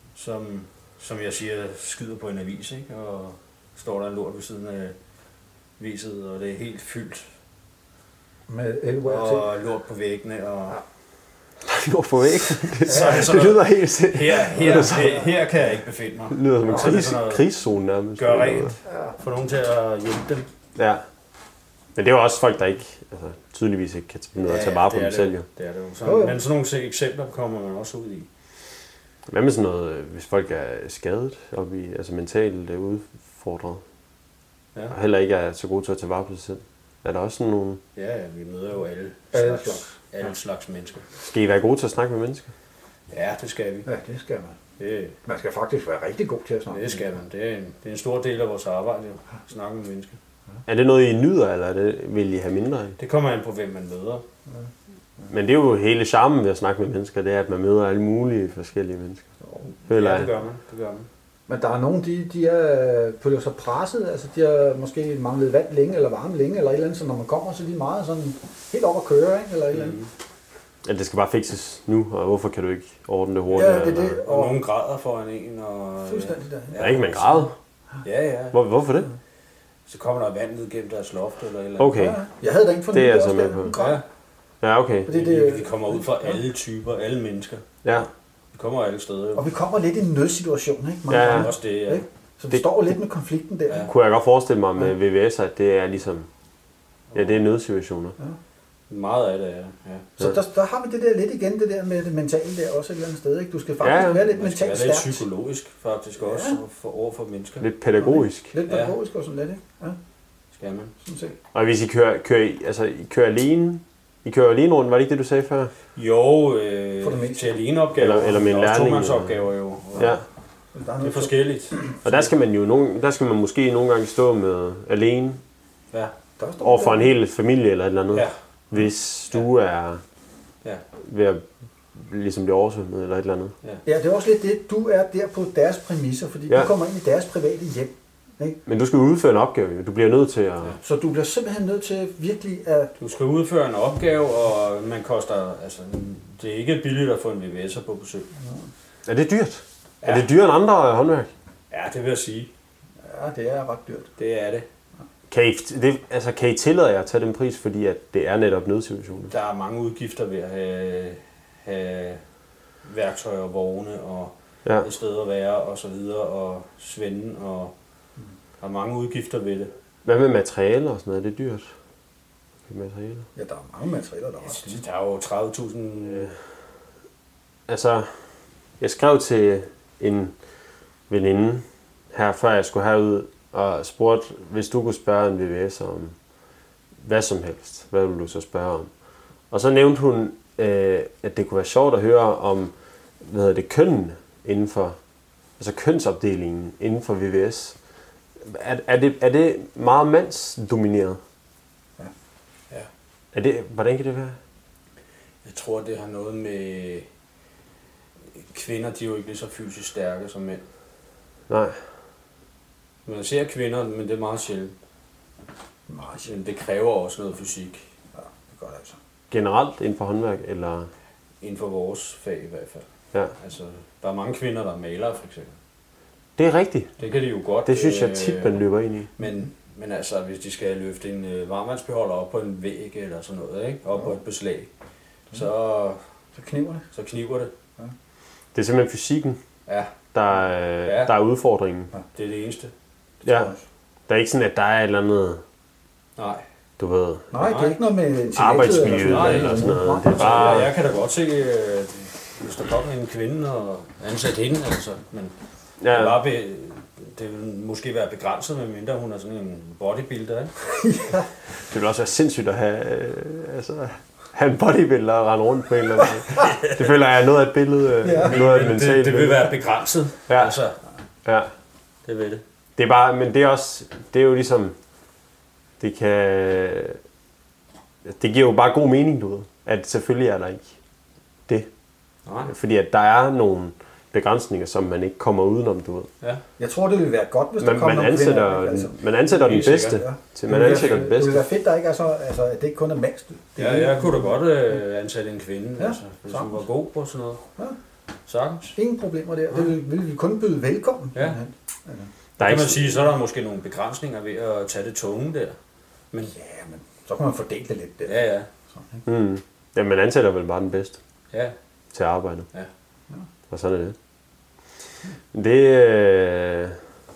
Som jeg siger, skyder på en avis, ikke? Og står der en lort ved siden af viset, og det er helt fyldt. Med elware og lort på væggene, og... Lort på væggene? Det lyder helt sindssygt. Her kan jeg ikke befinde mig. Det lyder som en krigszone nærmest. Gør rent. Få nogen til at hjælpe dem. Ja. Men det er jo også folk, der ikke, tydeligvis ikke kan finde ud af at tage vare på dem selv. Jo. Det er det jo. Men sådan nogle eksempler kommer man også ud i. Hvad med sådan noget, hvis folk er skadet, mentalt udfordret, og heller ikke er så gode til at tage vare på sig selv? Er der også sådan nogle... Ja, vi møder jo alle slags mennesker. Skal I være gode til at snakke med mennesker? Ja, det skal vi. Ja, det skal man. Man skal faktisk være rigtig god til at snakke. Det skal man. Det er en stor del af vores arbejde, at snakke med mennesker. Er det noget, I nyder, eller vil I have mindre af? Det kommer an på, hvem man møder. Ja. Men det er jo hele charmen ved at snakke med mennesker, det er, at man møder alle mulige forskellige mennesker. Ja, det gør man. Men der er nogen, de føler sig presset, altså de har måske manglet vand længe, eller varme længe, eller et eller andet, så når man kommer, så er de meget sådan helt op at køre, ikke? Eller et eller andet. Ja, det skal bare fikses nu, og hvorfor kan du ikke ordne det hurtigt? Ja, det er det. Og nogen græder foran en, og... Fuldstændig der. Ja, ikke man græder? Ja. Hvorfor det? Så kommer der vand ned gennem deres loft, eller et eller andet. Okay. Ja, jeg havde da ikke det er altså med på. Ja, okay. Vi kommer ud fra alle typer, alle mennesker. Ja. Vi kommer alle steder. Og vi kommer lidt i en nødsituation, ikke? Mange gange. Også det, ja. Så vi står lidt med konflikten der. Ja. Kunne jeg godt forestille mig med VVS, at det er ligesom... Ja, det er nødsituationer. Ja. Meget af det, ja. Så der har vi det der lidt igen, det der med det mentale der også et eller andet sted, ikke? Du skal faktisk være lidt mentalt stærkt. Man skal være lidt psykologisk faktisk også, over for mennesker. Lidt pædagogisk. Lidt pædagogisk og sådan lidt, ikke? Ja. Skal man. sådan set. Og hvis I kører alene, I kører alene rundt, var det ikke det, du sagde før? Jo, For det meste. til aleneopgaver. Eller med en og også lærling. tomandsopgaver jo. Og Ja. det er forskelligt. Og der skal man måske nogle gange stå med alene Ja. over for en hel familie eller et eller andet. Ja. Hvis du er Ja. ved at ligesom blive oversvømmet eller et eller andet. Ja, det er også lidt det. Du er der på deres præmisser, fordi du kommer ind i deres private hjem. Ikke? Men du skal udføre en opgave, jo. Du bliver nødt til at... Ja. Så du bliver simpelthen nødt til virkelig at... Du skal udføre en opgave, og man koster... Altså, det er ikke billigt at få en VVS'er på besøg. Er det dyrt? Ja. Er det dyrere end andre håndværk? Ja, det vil jeg sige. Ja, det er ret dyrt. Det er det. Kan I tillade jer at tage den pris, fordi at det er netop nødsituationen? Der er mange udgifter ved at have værktøjer, vogne og et sted at være og så videre, og svende, og der er mange udgifter ved det. Hvad med materialer og sådan noget? Er det dyrt? Materialer? Ja, der er mange materialer, der er ret dyrt. Der er jo 30.000... Altså, jeg skrev til en veninde her, før jeg skulle herud, og spurgte, hvis du kunne spørge en VVS om hvad som helst, hvad ville du så spørge om? Og så nævnte hun, at det kunne være sjovt at høre om, kønnene inden for, altså kønsopdelingen inden for VVS. Er det meget mandsdomineret? Ja. Hvordan kan det være? Jeg tror, det har noget med... Kvinder, de er jo ikke lige så fysisk stærke som mænd. Nej. Man ser kvinder, men det er meget sjældent. Men det kræver også noget fysik. Ja, det gør det altså. Generelt inden for håndværk, eller? Inden for vores fag i hvert fald. Ja. Altså, der er mange kvinder, der er malere, for eksempel. Det er rigtigt. Det kan de jo godt. Det synes jeg tit, man løber ind i. Men altså, hvis de skal løfte en varmvandsbeholder op på en væg eller sådan noget, ikke? Op på et beslag, så kniver det. Ja. Det er simpelthen fysikken, Ja. der er udfordringen. Ja. Det er det eneste. Ja. Der er ikke sådan, at der er et eller andet, Nej. du ved, Nej, det er ikke noget med arbejdsmiljø eller sådan noget. Det er bare... Jeg kan da godt se, hvis der kommer en kvinde og ansætte hende, altså, men det vil måske være begrænset, medmindre hun er sådan en bodybuilder, ikke? Ja. Det vil også være sindssygt at have en bodybuilder og rende rundt på en eller anden måde. Det føler jeg er noget af et billede, noget af et mentalt. Det vil være begrænset, altså. Ja. Det vil det. Det er bare, men det er også, det er jo ligesom, det giver jo bare god mening, du ved, at selvfølgelig er der ikke det. Nej. Fordi at der er nogle begrænsninger, som man ikke kommer udenom, du ved. Ja. Jeg tror, det ville være godt, hvis der kom nogle kvinder. Man ansætter den bedste. Man ansætter den bedste. Det ville være fedt, der ikke er så, altså, at det ikke kun er mands. Jeg kunne da godt ansætte en kvinde, altså, hvis hun var god på sådan noget. Ja. Sagtens. Ingen problemer der. Det ville vi kun byde velkommen. Ja. Der kan man sige, så er der måske nogle begrænsninger ved at tage det tunge der. Men... Ja, men så kan man fordele det lidt der. Ja. Mm. Ja, man ansætter vel bare den bedste. Ja. Til arbejdet. Ja. Og sådan er det. Det...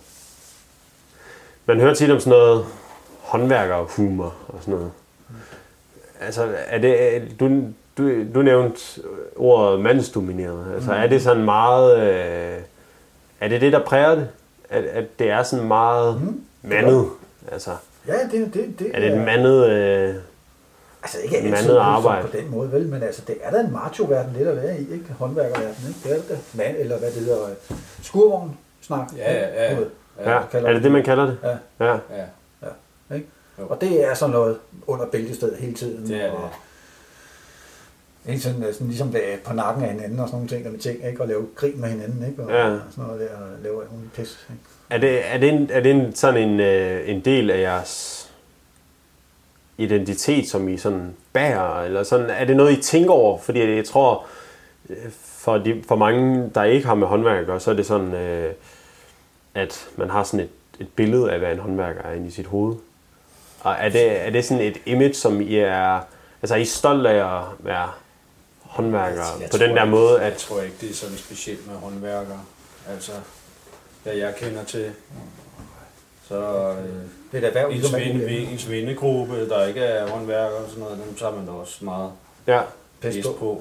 Man hører tit om sådan noget håndværkerhumor og sådan noget. Altså, er det... Du nævnte ordet mandsdomineret. Altså, er det sådan meget... Er det det, der præger det? At det er sådan meget mandet? Altså, ja, det er det et mandet... altså ikke altid arbejde på den måde, vel, men altså, det er da en macho-verden lidt at være i, ikke? Håndværkerverden, ikke? Det er det mand, eller hvad det hedder, skurvogn-snak. Ja. Er det det, man kalder det? Ja. Ikke? Og det er sådan noget under bæltestedet hele tiden. Det er det. Og hele tiden sådan, ligesom det er på nakken af hinanden og sådan nogle ting, ikke? Og lave grin med hinanden, ikke? Og sådan noget der, og lave nogle pis, ikke? Er det sådan en del af jeres identitet, som I sådan bærer, eller sådan, er det noget, I tænker over? Fordi jeg tror, for mange, der ikke har med håndværk at gøre, så er det sådan, at man har sådan et billede af, hvad en håndværker er inde i sit hoved. Og er det sådan et image, som I er, altså er I stolt af at være håndværkere på den der måde? Jeg tror ikke, det er sådan specielt med håndværkere. Altså, hvad jeg kender til, så det er en svendegruppe, der ikke er håndværkere og sådan noget, dem tager man da også meget pæst på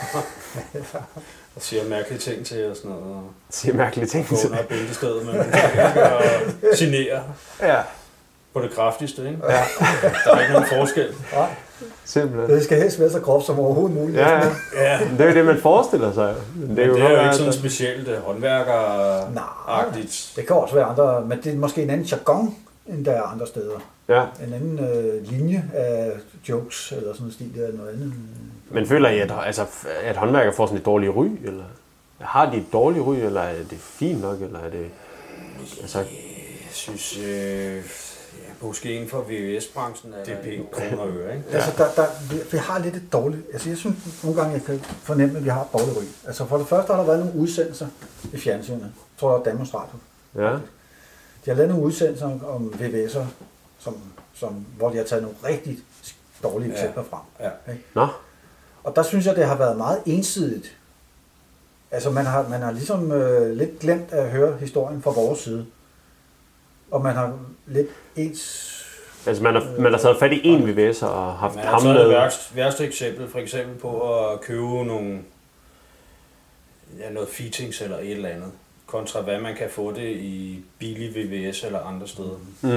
og siger mærkelige ting til og sådan noget. Siger mærkelige ting til. Gå under bæltestedet, men man kan ikke generere. Ja. på det kraftigste, ikke? Ja. Der er ikke nogen forskel. Nej, Simpelthen. det skal helst være så groft som overhovedet muligt. Ja, ja. Ja. Det er jo det, man forestiller sig. Men det er jo ikke sådan specielt håndværkeragtigt. Det kan også være andre, men det er måske en anden jargon, end der er andre steder. Ja. En anden linje af jokes, eller sådan en stil, eller noget andet. Men føler I, at håndværker får sådan et dårligt ry, eller har de et dårligt ry, eller er det fint nok, eller er det... Altså... Jeg synes, måske inden for VVS-branchen er det pænt kroner og øre, ikke? Ja. Altså, vi har lidt et dårligt... Altså, jeg synes nogle gange, jeg kan fornemme, at vi har et dårligt ry. Altså, for det første har der været nogle udsendelser i fjernsynet. Jeg tror, der var Danmarks Radio. Ja. De har lavet nogle udsendelser om VVS'er, hvor de har taget nogle rigtig dårlige eksempler frem. Ja. Nå. Og der synes jeg, det har været meget ensidigt. Altså, man har ligesom lidt glemt at høre historien fra vores side. Og man har lidt ens... Altså, man har taget fat i én VVS'er og haft ham med... Det værste eksempel, for eksempel på at købe noget fittings eller et eller andet, kontra hvad man kan få det i billig VVS eller andre steder.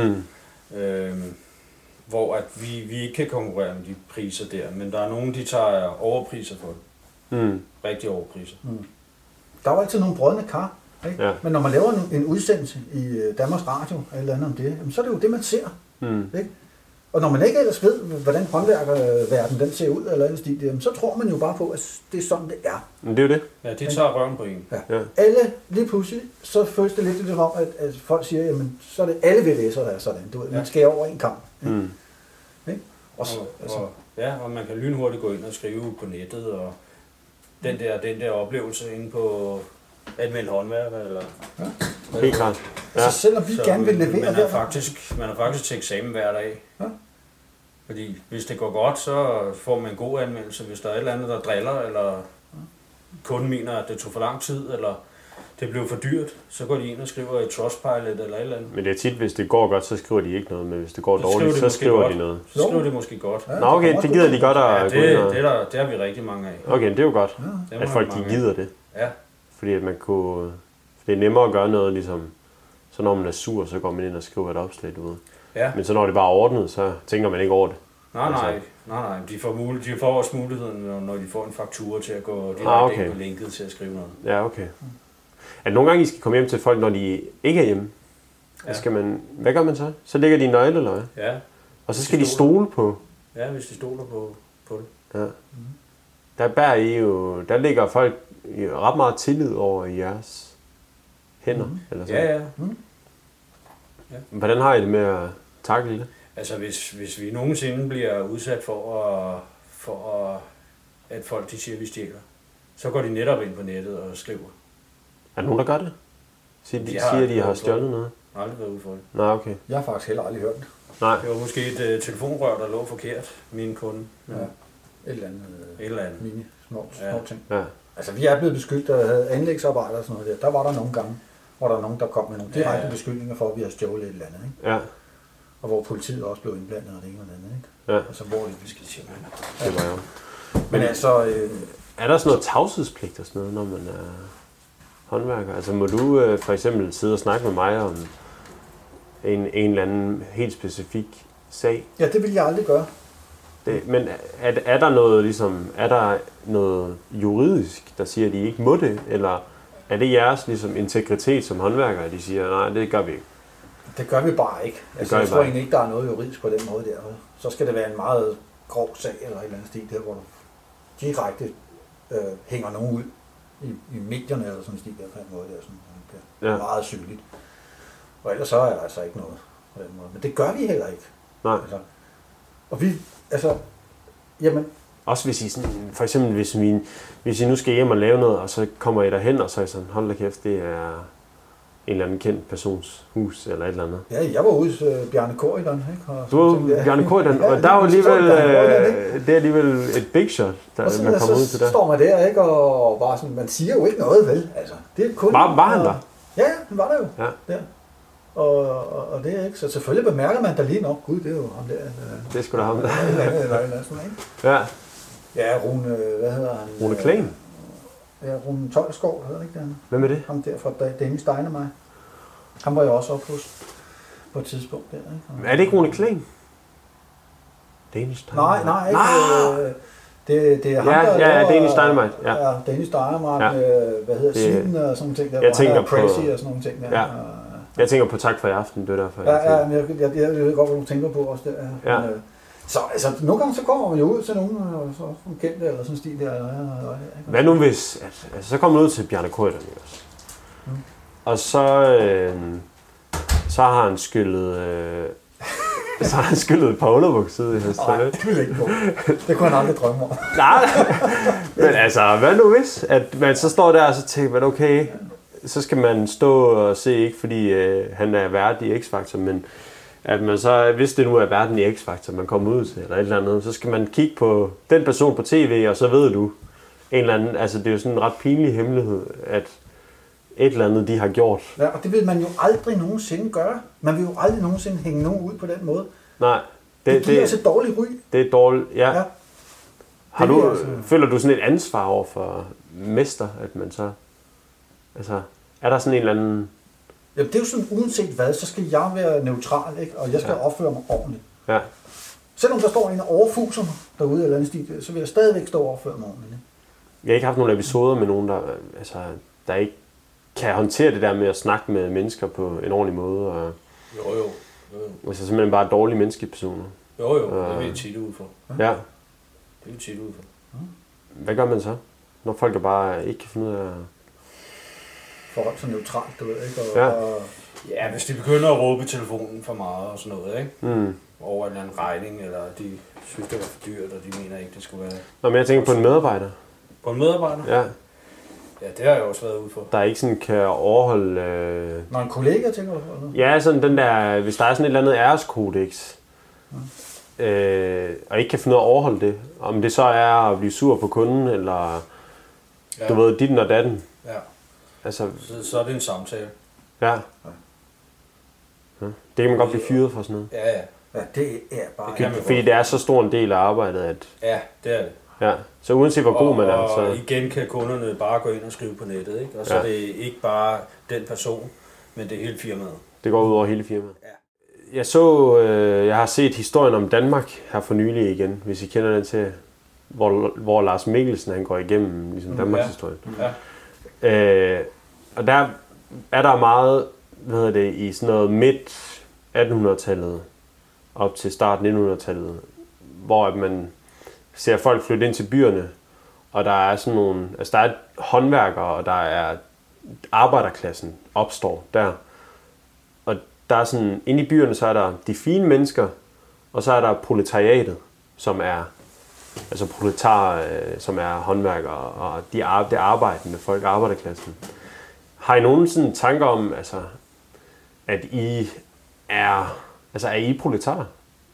Hvor at vi ikke kan konkurrere med de priser der, men der er nogen, de tager overpriser for det. Rigtig overpriser. Der var altid nogle brødne kar, ikke? Ja. Men når man laver en udsendelse i Danmarks Radio eller et eller andet om det, så er det jo det, man ser. Ikke? Og når man ikke ellers ved, hvordan håndværkerverdenen den ser ud, eller andet stil, så tror man jo bare på, at det er sådan, det er. Men det er jo det. Ja, det tager røven på en. Ja. Alle, lige pludselig, så føles det lidt som om, at folk siger, jamen, så er det alle VVS'er, der er sådan. Du ved, man skærer over en kamp. Ikke? Og man kan lynhurtigt gå ind og skrive på nettet, og den der oplevelse inde på anmeldt håndværker, eller... Ja. Helt klart. Ja. Altså selvom vi gerne vil levere... Man er faktisk til eksamen hver dag. Ja. Fordi hvis det går godt, så får man en god anmeldelse. Hvis der er et eller andet, der driller, eller kunden mener, at det tog for lang tid, eller det blev for dyrt, så går de ind og skriver i Trustpilot eller et eller andet. Men det er tit, hvis det går godt, så skriver de ikke noget, men hvis det går dårligt, så skriver de noget. Så skriver de måske godt. Ja, nå, okay, det gider de godt at gå ind. Det har vi rigtig mange af. Okay, det er jo godt, at folk de gider det. Ja. Fordi at man kunne... Det er nemmere at gøre noget, ligesom... Så når man er sur, så går man ind og skriver et opslag ud. Ja. Men så når det bare er ordnet, så tænker man ikke over det. Nej. De får også muligheden, når de får en faktura til at gå direkte ind på linket til at skrive noget. Ja, okay. At nogle gange I skal komme hjem til folk, når de ikke er hjemme. Hvad gør man så? Så ligger de en nøgle, eller hvad? Ja. Og så skal de stole på... Ja, hvis de stoler på det. Ja. Der ligger folk ret meget tillid over i jeres hænder. Eller sådan. Ja. Ja. Hvordan har I det med at takle det? Altså, hvis vi nogensinde bliver udsat for at folk de siger, at vi stjæler, så går de netop ind på nettet og skriver. Er der nogen, der gør det? Siger, at de har stjålet noget? Jeg har aldrig været ude for det. Nej, okay. Jeg har faktisk heller aldrig hørt det. Nej. Det var måske et telefonrør, der lå forkert, min kunde. Ja. Et eller andet. Mini små ting. Ja. Altså, vi er blevet beskyldt af at have anlægsarbejder og sådan noget der. Der var der nogle gange, hvor der er nogen, der kom med nogle direkte beskyldninger for, at vi har stjålet et eller andet, ikke? Ja. Og hvor politiet også blev indblandet, og det ene og det andet, ikke? Ja. Altså, hvor vi skal sige, det var jo. Men altså... er der sådan noget tavshedspligt og sådan noget, når man er håndværker? Altså, må du for eksempel sidde og snakke med mig om en eller anden helt specifik sag? Ja, det vil jeg aldrig gøre. Men er der noget juridisk, der siger, at de ikke må det? Eller er det jeres ligesom, integritet som håndværkere, de siger, nej, det gør vi ikke? Det gør vi bare ikke. Altså, jeg tror egentlig ikke, der er noget juridisk på den måde der. Så skal det være en meget grov sag eller et eller andet stil der, hvor du direkte hænger nogen ud i medierne eller sådan en stil der på en måde der, sådan bliver meget synligt. Og ellers så er der altså ikke noget på den måde. Men det gør vi heller ikke. Nej. Altså, og vi, jamen... Også hvis I sådan, for eksempel hvis I nu skal hjem og lave noget, og så kommer I derhen, og så er I sådan, hold da kæft, det er en eller anden kendt persons hus, eller et eller andet. Ja, jeg var ude hos Bjarne Corydon, ikke? Du var ude Bjarne Corydon, og der er jo alligevel, et big shot, der man kommer ud til der. Så står man der, ikke? Og bare sådan, man siger jo ikke noget, vel? Altså, det er kun... Var han der? Ja, han var der jo. Ja. Der. Og det er ikke, så selvfølgelig bemærker man da lige nok, gud, det er jo ham der. Det er sgu da ham der. Eller sådan, ikke? Ja. Ja, Rune, hvad hedder han? Rune Klan? Ja, Rune Tolskov, hedder det ikke det? Hvem er det? Ham der fra Dennis Dynamite. Han var jo også oppe på et tidspunkt. Der, ikke? Er det ikke Rune Kling? Danish Dynamite? Nej, ikke. Det er ham, der laver... Danish Dynamite. Ja, Danish Dynamite, hvad hedder Svin og sådan nogle ting der. Jeg tænker på... Crazy og sådan nogle ting der. Ja. Jeg tænker på Tak for i aften, det er derfor. Jeg ved godt, hvad du tænker på også der. Ja. Så altså, nogle gange så kommer man jo ud til nogen, og så kendte eller sådan en stil der. Hvad nu hvis, altså, så kommer man ud til Bjarne Corydon også. Og så har han skyllet et par underbukser ud i hans toilet. Nej, det vil jeg ikke gå. Det kunne han aldrig drømme om. Nej, men altså, hvad nu hvis, at man så står der og så tænker man, okay, så skal man stå og se, ikke fordi han er vært i X-Factor, men at man så, hvis det nu er verden i X-Factor, man kommer ud til, eller et eller andet, så skal man kigge på den person på tv, og så ved du en eller anden, altså det er jo sådan en ret pinlig hemmelighed, at et eller andet, de har gjort. Ja, og det vil man jo aldrig nogensinde gøre. Man vil jo aldrig nogensinde hænge nogen ud på den måde. Nej. Det giver også et dårligt ry. Det er dårligt, ja. Føler du sådan et ansvar over for mester, at man så, altså, er der sådan en eller anden... Jamen, det er jo sådan, uanset hvad, så skal jeg være neutral, ikke? Og jeg skal opføre mig ordentligt. Ja. Selvom der står en og overfuser mig derude eller andet stil, så vil jeg stadigvæk stå og opføre mig ordentligt. Jeg har ikke haft nogle episoder med nogen, der ikke kan håndtere det der med at snakke med mennesker på en ordentlig måde. Og, Jo. Altså simpelthen bare dårlige menneskepersoner. Jo, det er vi tit ud for. Ja. Det er vi tit ud for. Hvad gør man så, når folk bare ikke kan finde ud af... Forhold så neutralt, du ved, ikke? Ja, hvis de begynder at råbe i telefonen for meget og sådan noget, ikke? Mm. Over en eller anden regning, eller de synes, det var for dyrt, og de mener ikke, det skulle være... Nå, men jeg tænker på en medarbejder. På en medarbejder? Ja. Ja, det har jeg også været ude for. Der ikke sådan kan overholde... Når en kollega, tænker du? Eller? Ja, sådan den der... Hvis der er sådan et eller andet æreskodex, og ikke kan finde ud af at overholde det, om det så er at blive sur på kunden, eller... Ja. Du ved, ditten og datten. Ja. Altså, så er det en samtale. Ja. Det kan man godt blive fyret for sådan noget. Ja, det er bare... Det fordi det er så stor en del af arbejdet, at... Ja, det er det. Ja, så uanset hvor god man er, så... Og igen kan kunderne bare gå ind og skrive på nettet, ikke? Og så er det ikke bare den person, men det er hele firmaet. Det går ud over hele firmaet. Ja. Jeg har set historien om Danmark her for nylig igen, hvis I kender den til, hvor Lars Mikkelsen han går igennem ligesom Danmarks historie. Ja. Og der er der meget, i sådan noget midt 1800-tallet op til start 1900-tallet, hvor man ser folk flytte ind til byerne, og der er sådan nogle, altså der er håndværkere, og der er arbejderklassen opstår der. Og der er sådan, inde i byerne, så er der de fine mennesker, og så er der proletariatet, som er, altså proletarer, som er håndværkere, og det arbejdende folk, arbejderklassen. Har I nogen sådan tanker om, altså, at I er I proletarer?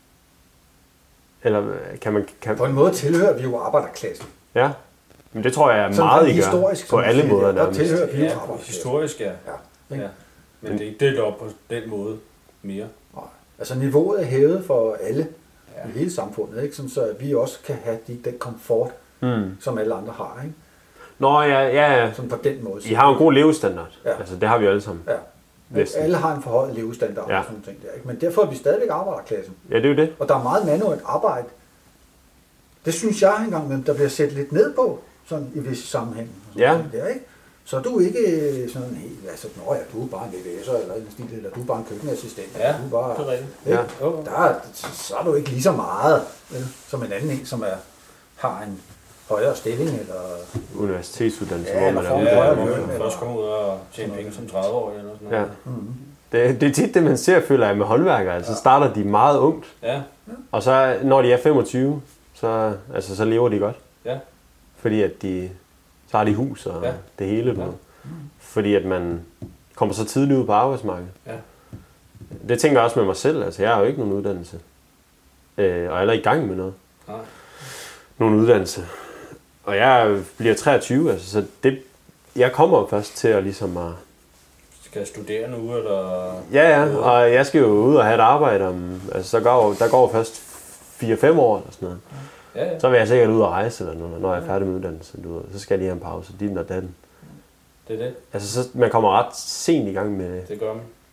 Eller kan man... På en måde tilhører vi jo arbejderklassen. Ja, men det tror jeg er meget, I gør på alle måder nærmest. Tilhører vi jo historisk, ja. Men det er ikke delt op på den måde mere. Nej. Altså niveauet er hævet for alle i hele samfundet, ikke? Sådan, så vi også kan have den komfort, som alle andre har, ikke? Nå, ja. Sådan på den måde. I har en god levestandard. Ja. Altså, det har vi alle sammen. Ja. Alle har en forhøjet levestandard og sådan ting der, ikke? Men derfor er vi stadigvæk arbejderklassen. Ja, det er jo det. Og der er meget manuelt arbejde. Det synes jeg engang, der bliver set lidt ned på, sådan i visse sammenhæng. Der, ikke? Så er du ikke sådan helt, altså, du er bare en VVS'er, eller du er bare en køkkenassistent. Ja, du er bare, det er rigtigt. Så er du ikke lige så meget, som en anden, som har en højere stilling, eller... Universitetsuddannelse, hvor man man først kommer ud og tjene penge som 30-årig eller sådan noget. Ja. Det er tit det, man ser, føler jeg, med håndværkere. Altså, starter de meget ungt, og så når de er 25, så lever de godt. Ja. Fordi at så har de hus og det hele. Ja. Fordi at man kommer så tidligt ud på arbejdsmarkedet. Ja. Det tænker jeg også med mig selv. Altså, jeg har jo ikke nogen uddannelse. Og jeg er heller i gang med noget. Nej. Nogen uddannelse. Og jeg bliver 23, altså, så jeg kommer først til at ligesom at... Skal jeg studere nu, eller...? Ja, og jeg skal jo ud og have et arbejde altså, der går først 4-5 år eller sådan noget. Ja. Så vil jeg sikkert ud og rejse eller noget, når jeg er færdig med uddannelsen. Så skal jeg lige have en pause, din og datten. Det er det. Altså, man kommer ret sent i gang med... Det gør man.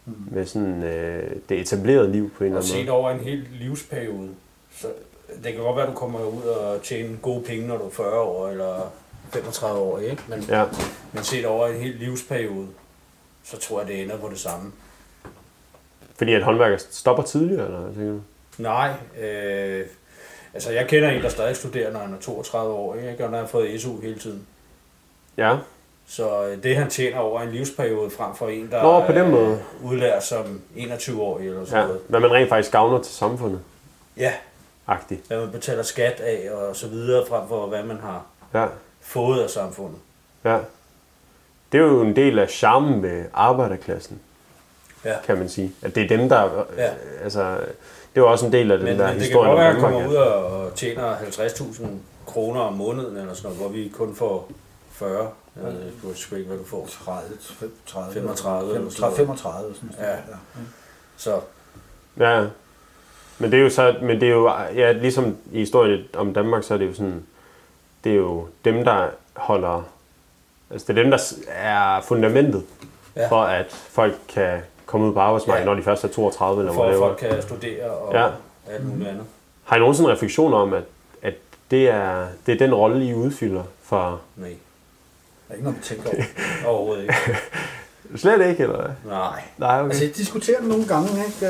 med sådan, det etablerede liv på en eller Og anden måde. set over en hel livsperiode. Så det kan godt være, at du kommer ud og tjener gode penge, når du er 40 år eller 35 år, ikke? Men set over en hel livsperiode, så tror jeg, det ender på det samme. Fordi at håndværker stopper tidligere, eller hvad tænker du? Nej, altså jeg kender en, der stadig studerer, når han er 32 år, ikke? Og han har fået SU hele tiden. Ja. Så det han tjener over en livsperiode frem for en, der Nå, på den måde. udlærer som 21-årig eller sådan noget. Hvad man rent faktisk gavner til samfundet. Ja, Agtigt. hvad man betaler skat af og så videre, frem for hvad man har fået af samfundet. Ja. Det er jo en del af charmen ved arbejderklassen, kan man sige. At det er dem, der... Altså, det er jo også en del af den der historie. Men det kan godt være, at jeg kommer ud og tjener 50.000 kroner om måneden, eller sådan noget, hvor vi kun får 40. Jeg ved sgu ikke, hvad du får. 35 eller sådan noget. 35. Sådan ja. Så. Ja, men det er jo så, ja, ligesom i historien om Danmark, så er det jo sådan, det er jo dem, der holder, altså det er dem, der er fundamentet for, at folk kan komme ud på arbejdsmarkedet, når de først er 32 eller hvad det er. For at folk kan studere og alt muligt andet. Har I nogensinde refleksioner om, at det er den rolle, I udfylder for... Nej. Der er ikke noget, vi tænker over. Overhovedet ikke. Slet ikke, eller hvad? Nej. Nej, okay. Altså, jeg diskuterer det nogle gange, ikke,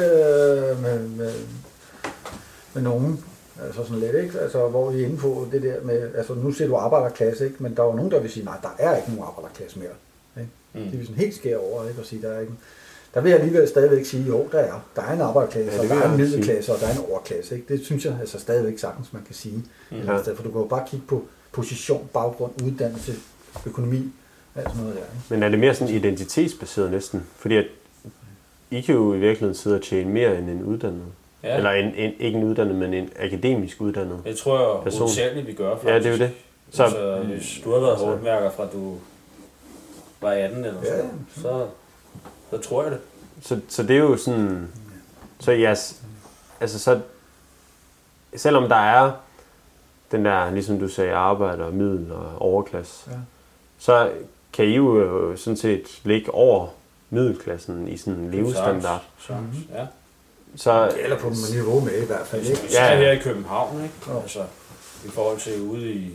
med nogen, altså sådan lidt, ikke? Altså, hvor vi er inde på det der med, altså nu siger du arbejderklasse, ikke? Men der er jo nogen, der vil sige, nej, der er ikke nogen arbejderklasse mere. Ikke? De vil sådan helt skære over, ikke? Og sige, der er ikke. Der vil jeg alligevel stadigvæk sige, jo, der er en arbejderklasse, og der er en middelklasse, og der er en overklasse, ikke? Det synes jeg altså stadigvæk sagtens, man kan sige. For du kan jo bare kigge på position, baggrund, uddannelse, økonomi, alt sådan noget der. Ikke? Men er det mere sådan identitetsbaseret næsten? Fordi at I kan jo i virkeligheden sidde og tjene mere end en uddannet. Ja. Eller ikke en uddannet, men en akademisk uddannet. Det tror jeg hovedsageligt, vi gør faktisk. Ja, det er jo det. Så hvis du har været håndværker fra du var 18 eller sådan, så tror jeg det. Så det er jo sådan... Så yes, altså så... Selvom der er den der, ligesom du sagde, arbejder, middel og overklasse, så kan I jo sådan set ligge over middelklassen i sådan en levestandard. Ja. Så, eller på niveau med i hvert fald, ikke? Så er her i København, ikke? Altså, i forhold til ude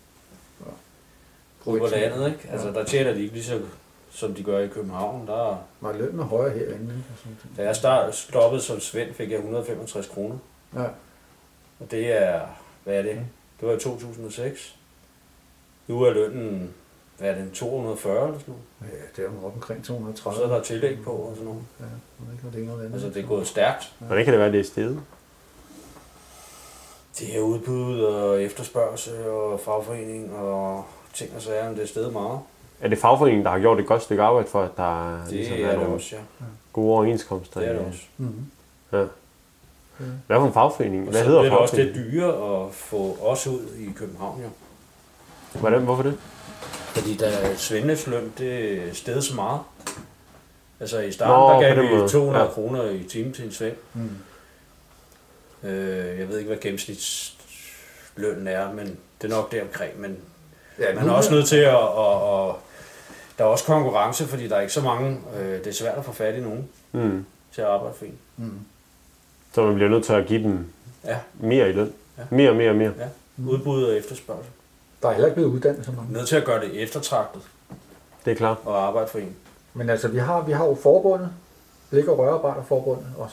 på landet, ikke? Altså, der tjener de ikke lige så, som de gør i København. Der var lønnen højere herinde, ikke? Da jeg stoppede som svend, fik jeg 165 kroner. Ja. Og det er, hvad er det? Det var i 2006. Nu er lønnen, hvad er det, 240 eller sådan noget? Ja, det er jo op omkring 230. Så er der tillæg på og sådan noget. Ja, jeg ved ikke, hvad det er noget andet. Altså, det er gået stærkt. Hvordan kan det være, det er steget? Det er udbud og efterspørgsel og fagforening og ting og sager, men det er steget meget. Er det fagforeningen, der har gjort et godt stykke arbejde for, at der ligesom er nogle gode overenskomster? Det er det også. Ja. Hvad for en fagforening? Hvad hedder fagforeningen? også det dyre at få os ud i København, jo. Hvorfor det? Fordi da Svendes løn, det steg så meget. Altså i starten, der gav vi 200 kroner i timen til en svend. Jeg ved ikke, hvad gennemsnitslønnen er, men det er nok deromkring. Men man er også nødt til at der er også konkurrence, fordi der er ikke så mange. Det er svært at få fat i nogen til at arbejde for en. Så man bliver nødt til at give dem mere i løn. Ja. Mere. Ja. Udbud og efterspørgsel. Der er heller ikke blevet uddannet så mange. Nødt til at gøre det eftertragtet. Det er klart. Og arbejde for en. Men altså, vi har jo forbundet, Blik- og Rørarbejderforbundet, og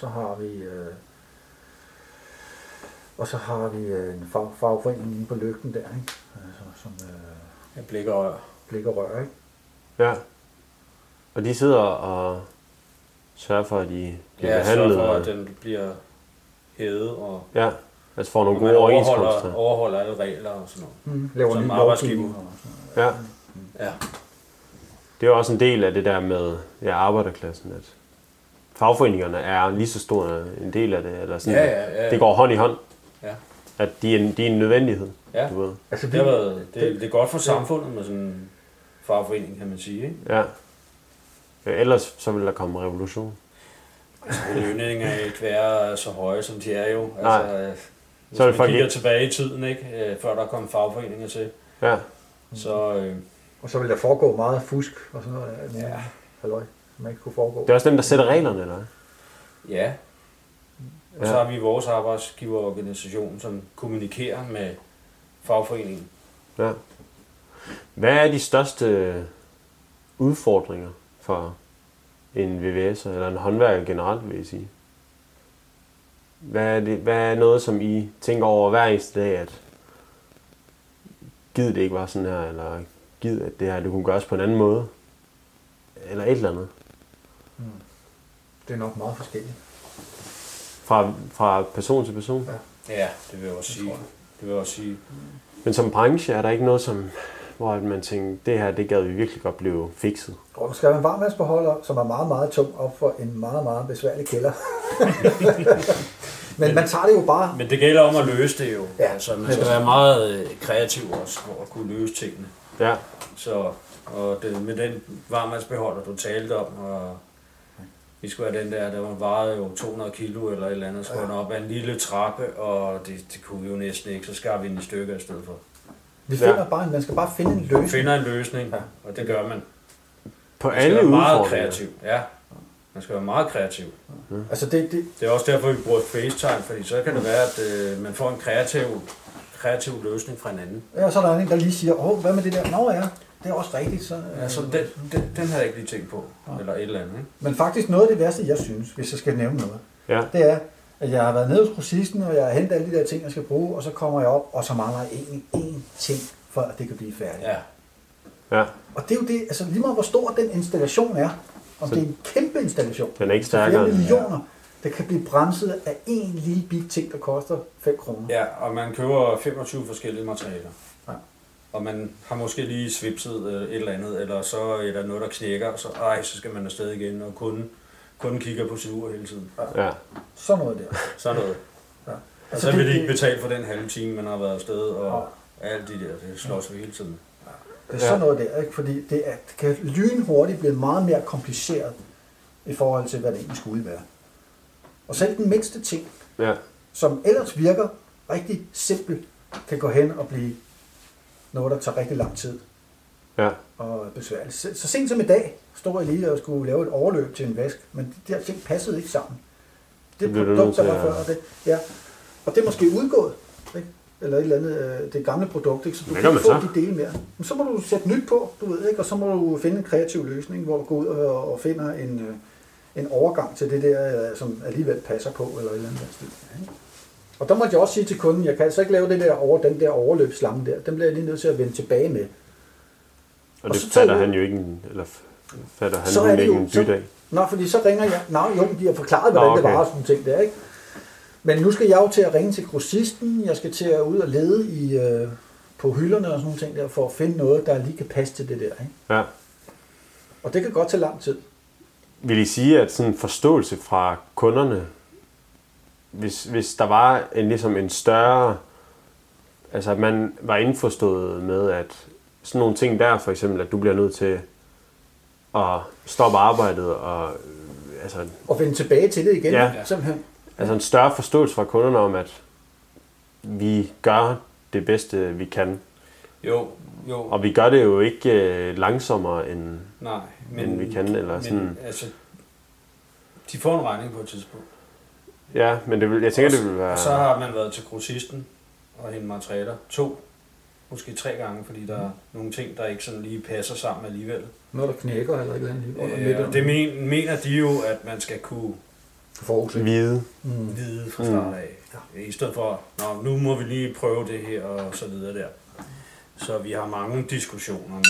så har vi en fagforening inde på Lygten der, ikke? Altså, som Blik og Rør. Blik og Rør, ikke? Ja. Og de sidder og sørger for, at de bliver behandlet. Ja, sørger for, at den bliver hævet og... Ja, altså får nogle gode overenskomster. Overholder alle regler og sådan noget. Laver som arbejdsgiver. Ja. Ja. Det er også en del af det der med arbejderklassen, at fagforeningerne er lige så stor en del af det, eller sådan, ja. Det går hånd i hånd. Ja. At de er en nødvendighed. Ja. Du ved. Altså, det er godt for samfundet med sådan en fagforening, kan man sige, ikke? Ja. Ellers så vil der komme revolution. Altså, lønninger er ikke være så høje, som de er jo. Nej. Altså, hvis så man kigger tilbage i tiden, ikke? Før der kom fagforeninger til. Ja. Så, og så vil der foregå meget fusk og sådan noget. Ja. Halløj. som ikke kunne foregå. Det er også dem, der sætter reglerne, eller hvad? Ja. Og så har vi vores arbejdsgiverorganisation, som kommunikerer med fagforeningen. Ja. Hvad er de største udfordringer for en VVS'er eller en håndværker generelt, vil jeg sige? Hvad er noget, som I tænker over hver eneste dag, at givet det ikke var sådan her, eller givet at det her det kunne gøres på en anden måde? Eller et eller andet? Det er nok meget forskelligt. Fra person til person? Ja, det vil jeg også sige. Men som branche er der ikke noget, hvor man tænker, det her, det gad vi virkelig godt blive fikset? Og du skal have en varmvandsbeholder, som er meget, meget tung op for en meget, meget besværlig kælder. Men man tager det jo bare. Men det gælder om at løse det jo. Ja. Altså, man skal være meget kreativ også for at kunne løse tingene. Ja. Så med den varmvandsbeholder, du talte om, og vi skulle have den der vejede jo 200 kilo eller et eller andet, skulle den op ad en lille trappe, og det kunne vi jo næsten ikke, så skar vi den i stykker i stedet for. Vi finder bare, man skal bare finde en løsning. Man finder en løsning, og det gør man. På Man alle skal være udfordringer? meget kreativ, ja. Man skal være meget kreativ. Altså det er også derfor, vi bruger FaceTime, fordi så kan det være, at man får en kreativ løsning fra en anden. Ja, så er der en, der lige siger, hvad med det der? Nå ja, det er også rigtigt. Så, altså, den har jeg ikke lige tænkt på, eller et eller andet. Ikke? Men faktisk noget af det værste, jeg synes, hvis jeg skal nævne noget, det er, at jeg har været nede hos grossisten, og jeg har hentet alle de der ting, jeg skal bruge, og så kommer jeg op, og så mangler jeg egentlig én ting, for at det kan blive færdigt. Ja. Og det er jo det, altså lige meget hvor stor den installation er, om det er en kæmpe installation, den er ikke stærkere. Flere millioner, det kan blive bremset af en lille big ting, der koster 5 kroner. Ja, og man køber 25 forskellige materialer. Ja. Og man har måske lige svipset et eller andet, eller så er der noget, der knækker, og så skal man afsted igen, og kunden kigger på sit ur hele tiden. Ja. Sådan noget der. Sådan noget. Ja. Og så vil de ikke betale for den halve time, man har været afsted, og alt det der, det slås vi hele tiden. Det er sådan noget der, ikke? Fordi det kan lynhurtigt blive meget mere kompliceret i forhold til, hvad det egentlig skulle være. Og selv den mindste ting, som ellers virker rigtig simpelt, kan gå hen og blive noget, der tager rigtig lang tid og besværligt. Så sent som i dag stod jeg lige og skulle lave et overløb til en vask, men de der ting passede ikke sammen. Det produkt, der var før, og det er måske udgået, ikke? Eller et eller andet, det gamle produkt, ikke? Så du kan ikke få de dele mere. Men så må du sætte nyt på, du ved ikke, og så må du finde en kreativ løsning, hvor du går ud og finder en overgang til det der, som alligevel passer på, eller et eller andet stil. Og der måtte jeg også sige til kunden, jeg kan altså ikke lave det der den der overløbsslange der, den bliver jeg lige nødt til at vende tilbage med. Og det fatter han jo ikke, eller fatter han ikke en dyt af? Nå, fordi så ringer jeg, de har forklaret, hvordan det var og sådan ting der, ikke? Men nu skal jeg jo til at ringe til grossisten, jeg skal til at ud og lede på hylderne og sådan nogle ting der, for at finde noget, der lige kan passe til det der, ikke? Ja. Og det kan godt tage lang tid. Vil I sige, at sådan en forståelse fra kunderne, hvis der var en større, altså at man var indforstået med, at sådan nogle ting der, for eksempel, at du bliver nødt til at stoppe arbejdet og og vende tilbage til det igen, simpelthen. Altså en større forståelse fra kunderne om, at vi gør det bedste, vi kan. Jo. Og vi gør det jo ikke langsommere, end vi kan. Eller sådan. Men altså, de får en regning på et tidspunkt. Ja, men jeg tænker, det vil være... Og så har man været til grossisten og hentet materialer 2, måske 3 gange, fordi der er nogle ting, der ikke sådan lige passer sammen alligevel. Noget, der knækker eller et eller andet. Det mener de jo, at man skal kunne vide fra start af. I stedet for, nu må vi lige prøve det her og så videre der. Så vi har mange diskussioner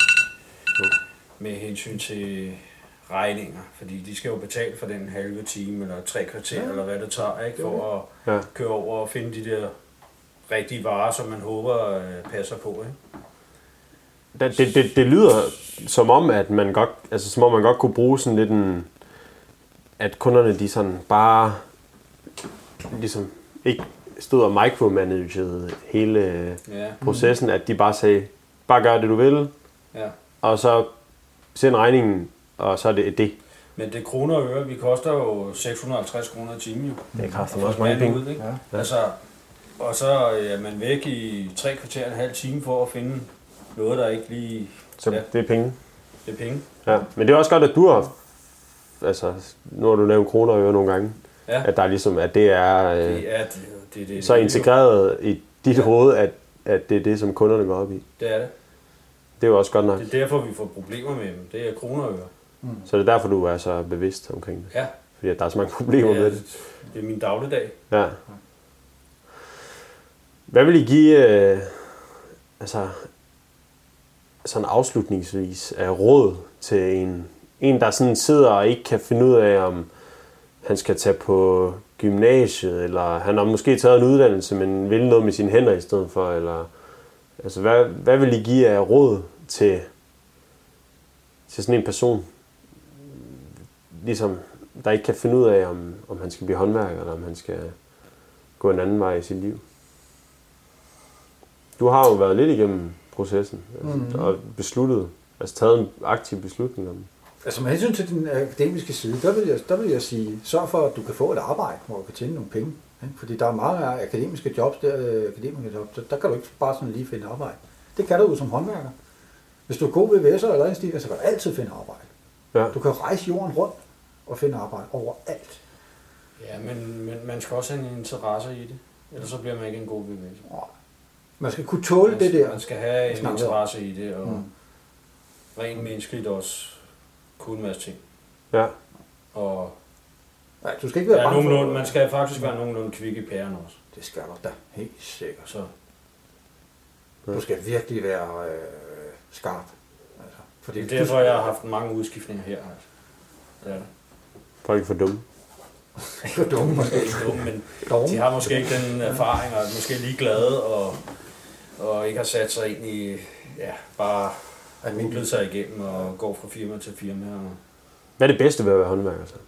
med hensyn til regninger, fordi de skal jo betale for den halve time eller 3 kvarter eller hvad det tager, ikke, for at køre over og finde de der rigtige varer, som man håber passer på, ikke? Det lyder som om, at man godt kunne bruge sådan lidt at kunderne de sådan bare ligesom ikke stod og micromanagede hele processen, at de bare sagde, bare gør det du vil, og så send regningen, og så er det. Men det kroner og øre, vi koster jo 650 kroner i timen jo. Det koster også mange penge. Ud, ikke? Ja. Altså, og så er man væk i 3 kvarter, en halv time for at finde noget, der ikke lige... Så det er penge. Det er penge. Ja, men det er også godt, at du har altså, nu har du nævnt kroner og øre nogle gange, at der er ligesom, at det er, det så integreret i dit hoved, at det er det, som kunderne går op i. Det er det. Det er jo også godt nok. Det er derfor, vi får problemer med dem. Det er kroner og øre. Så det er derfor, du er så bevidst omkring det? Ja. Fordi der er så mange problemer med det? Det er min dagligdag. Ja. Hvad vil I give, sådan afslutningsvis af råd til en, der sådan sidder og ikke kan finde ud af, om han skal tage på gymnasiet, eller han har måske taget en uddannelse, men vil noget med sine hænder i stedet for, eller altså hvad vil I give af råd til sådan en person, ligesom der ikke kan finde ud af, om han skal blive håndværker, eller om han skal gå en anden vej i sit liv? Du har jo været lidt igennem processen, og besluttet, altså taget en aktiv beslutning om det. Altså med hensyn til den akademiske side, der vil jeg sige, sørg for, at du kan få et arbejde, hvor du kan tjene nogle penge. Ikke? Fordi der er mange akademiske jobs, der kan du ikke bare sådan lige finde arbejde. Det kan du jo som håndværker. Hvis du er god VVS'er eller en stil, så kan du altid finde arbejde. Ja. Du kan rejse jorden rundt og finde arbejde overalt. Ja, men man skal også have en interesse i det, ellers så bliver man ikke en god VVS'er. Man skal kunne tåle det der. Man skal have en interesse i det, og rent menneskeligt også kunne en masse ting. Ja. Og nej, du skal ikke være bange for... Man skal faktisk være nogenlunde kvik i pæren også. Det skal du da, helt sikkert. Så. Du skal virkelig være skarp. Altså, fordi det er derfor, jeg har haft mange udskiftninger her. Altså. Det er det. Folk er for dumme. Ikke for dumme, måske. Men de har måske ikke den erfaring, og er måske ligeglade, og ikke har sat sig ind i, bare udgivet sig igennem og går fra firma til firma. Hvad er det bedste ved at være håndværker så?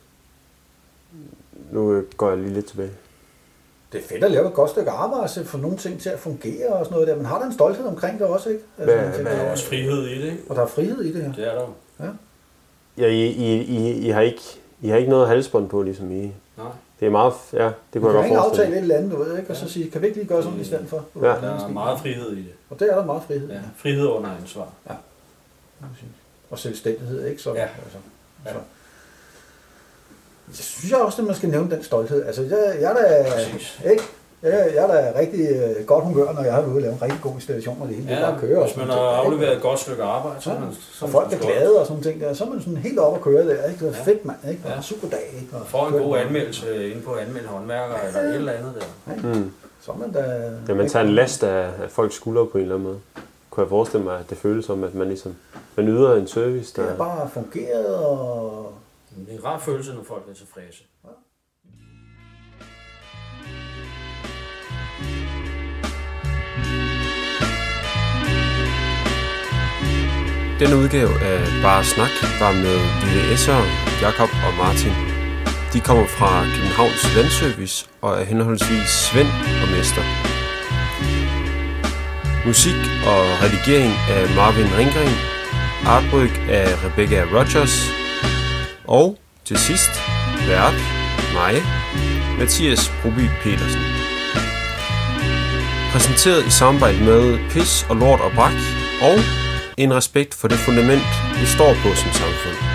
Nu går jeg lige lidt tilbage. Det er fedt at lave et godt stykke arbejde, så få nogle ting til at fungere og sådan noget der. Man har da en stolthed omkring det også, ikke? Altså, der er også frihed i det, ikke? Og der er frihed i det, ja. Det er der jo. Ja, I har ikke noget halsbånd på, ligesom I... Nej. Det er meget... Ja, det kunne jeg godt forestille. Du kan ikke aftale et eller andet, du ved, ikke? Og så sige, kan vi ikke lige gøre sådan i stedet for? Ja. Der er meget frihed i det. Og det er der meget frihed. Ja, frihed under ansvar. Ja. Og selvstændighed, ikke? Så, ja. Altså, så. Jeg synes også, at man skal nævne den stolthed. Altså, jeg er da rigtig godt humør, når jeg har været ude og lave en rigtig god installation, og det hele bare kører. Hvis man har afleveret et godt stykke arbejde, så og folk er glade og sådan ting der, så er man sådan helt oppe at køre der, ikke? Det er fedt, mand, ikke? Ja. Super dag, ikke? Og får en god anmeldelse inde på anmeldt håndværker eller et eller andet der. Ja. Så er man da... Ja, man tager en last af folks skuldre på en eller anden måde. Kunne jeg forestille mig, at det føles som, at man yder en service, der... Det er bare fungeret og... Det er en rar følelse, når folk er tilfredse. Ja. Denne udgave af Bare Snak var med VVS'ere Jakob og Martin. De kommer fra Københavns Vandservice og er henholdsvis Svend og Mester. Musik og redigering af Marvin Ringgren. Artwork af Rebecca Rogers. Og til sidst, vært, mig, Mathias Broby Petersen. Præsenteret i samarbejde med Pis og Lort og Brak, og en respekt for det fundament, vi står på som samfund.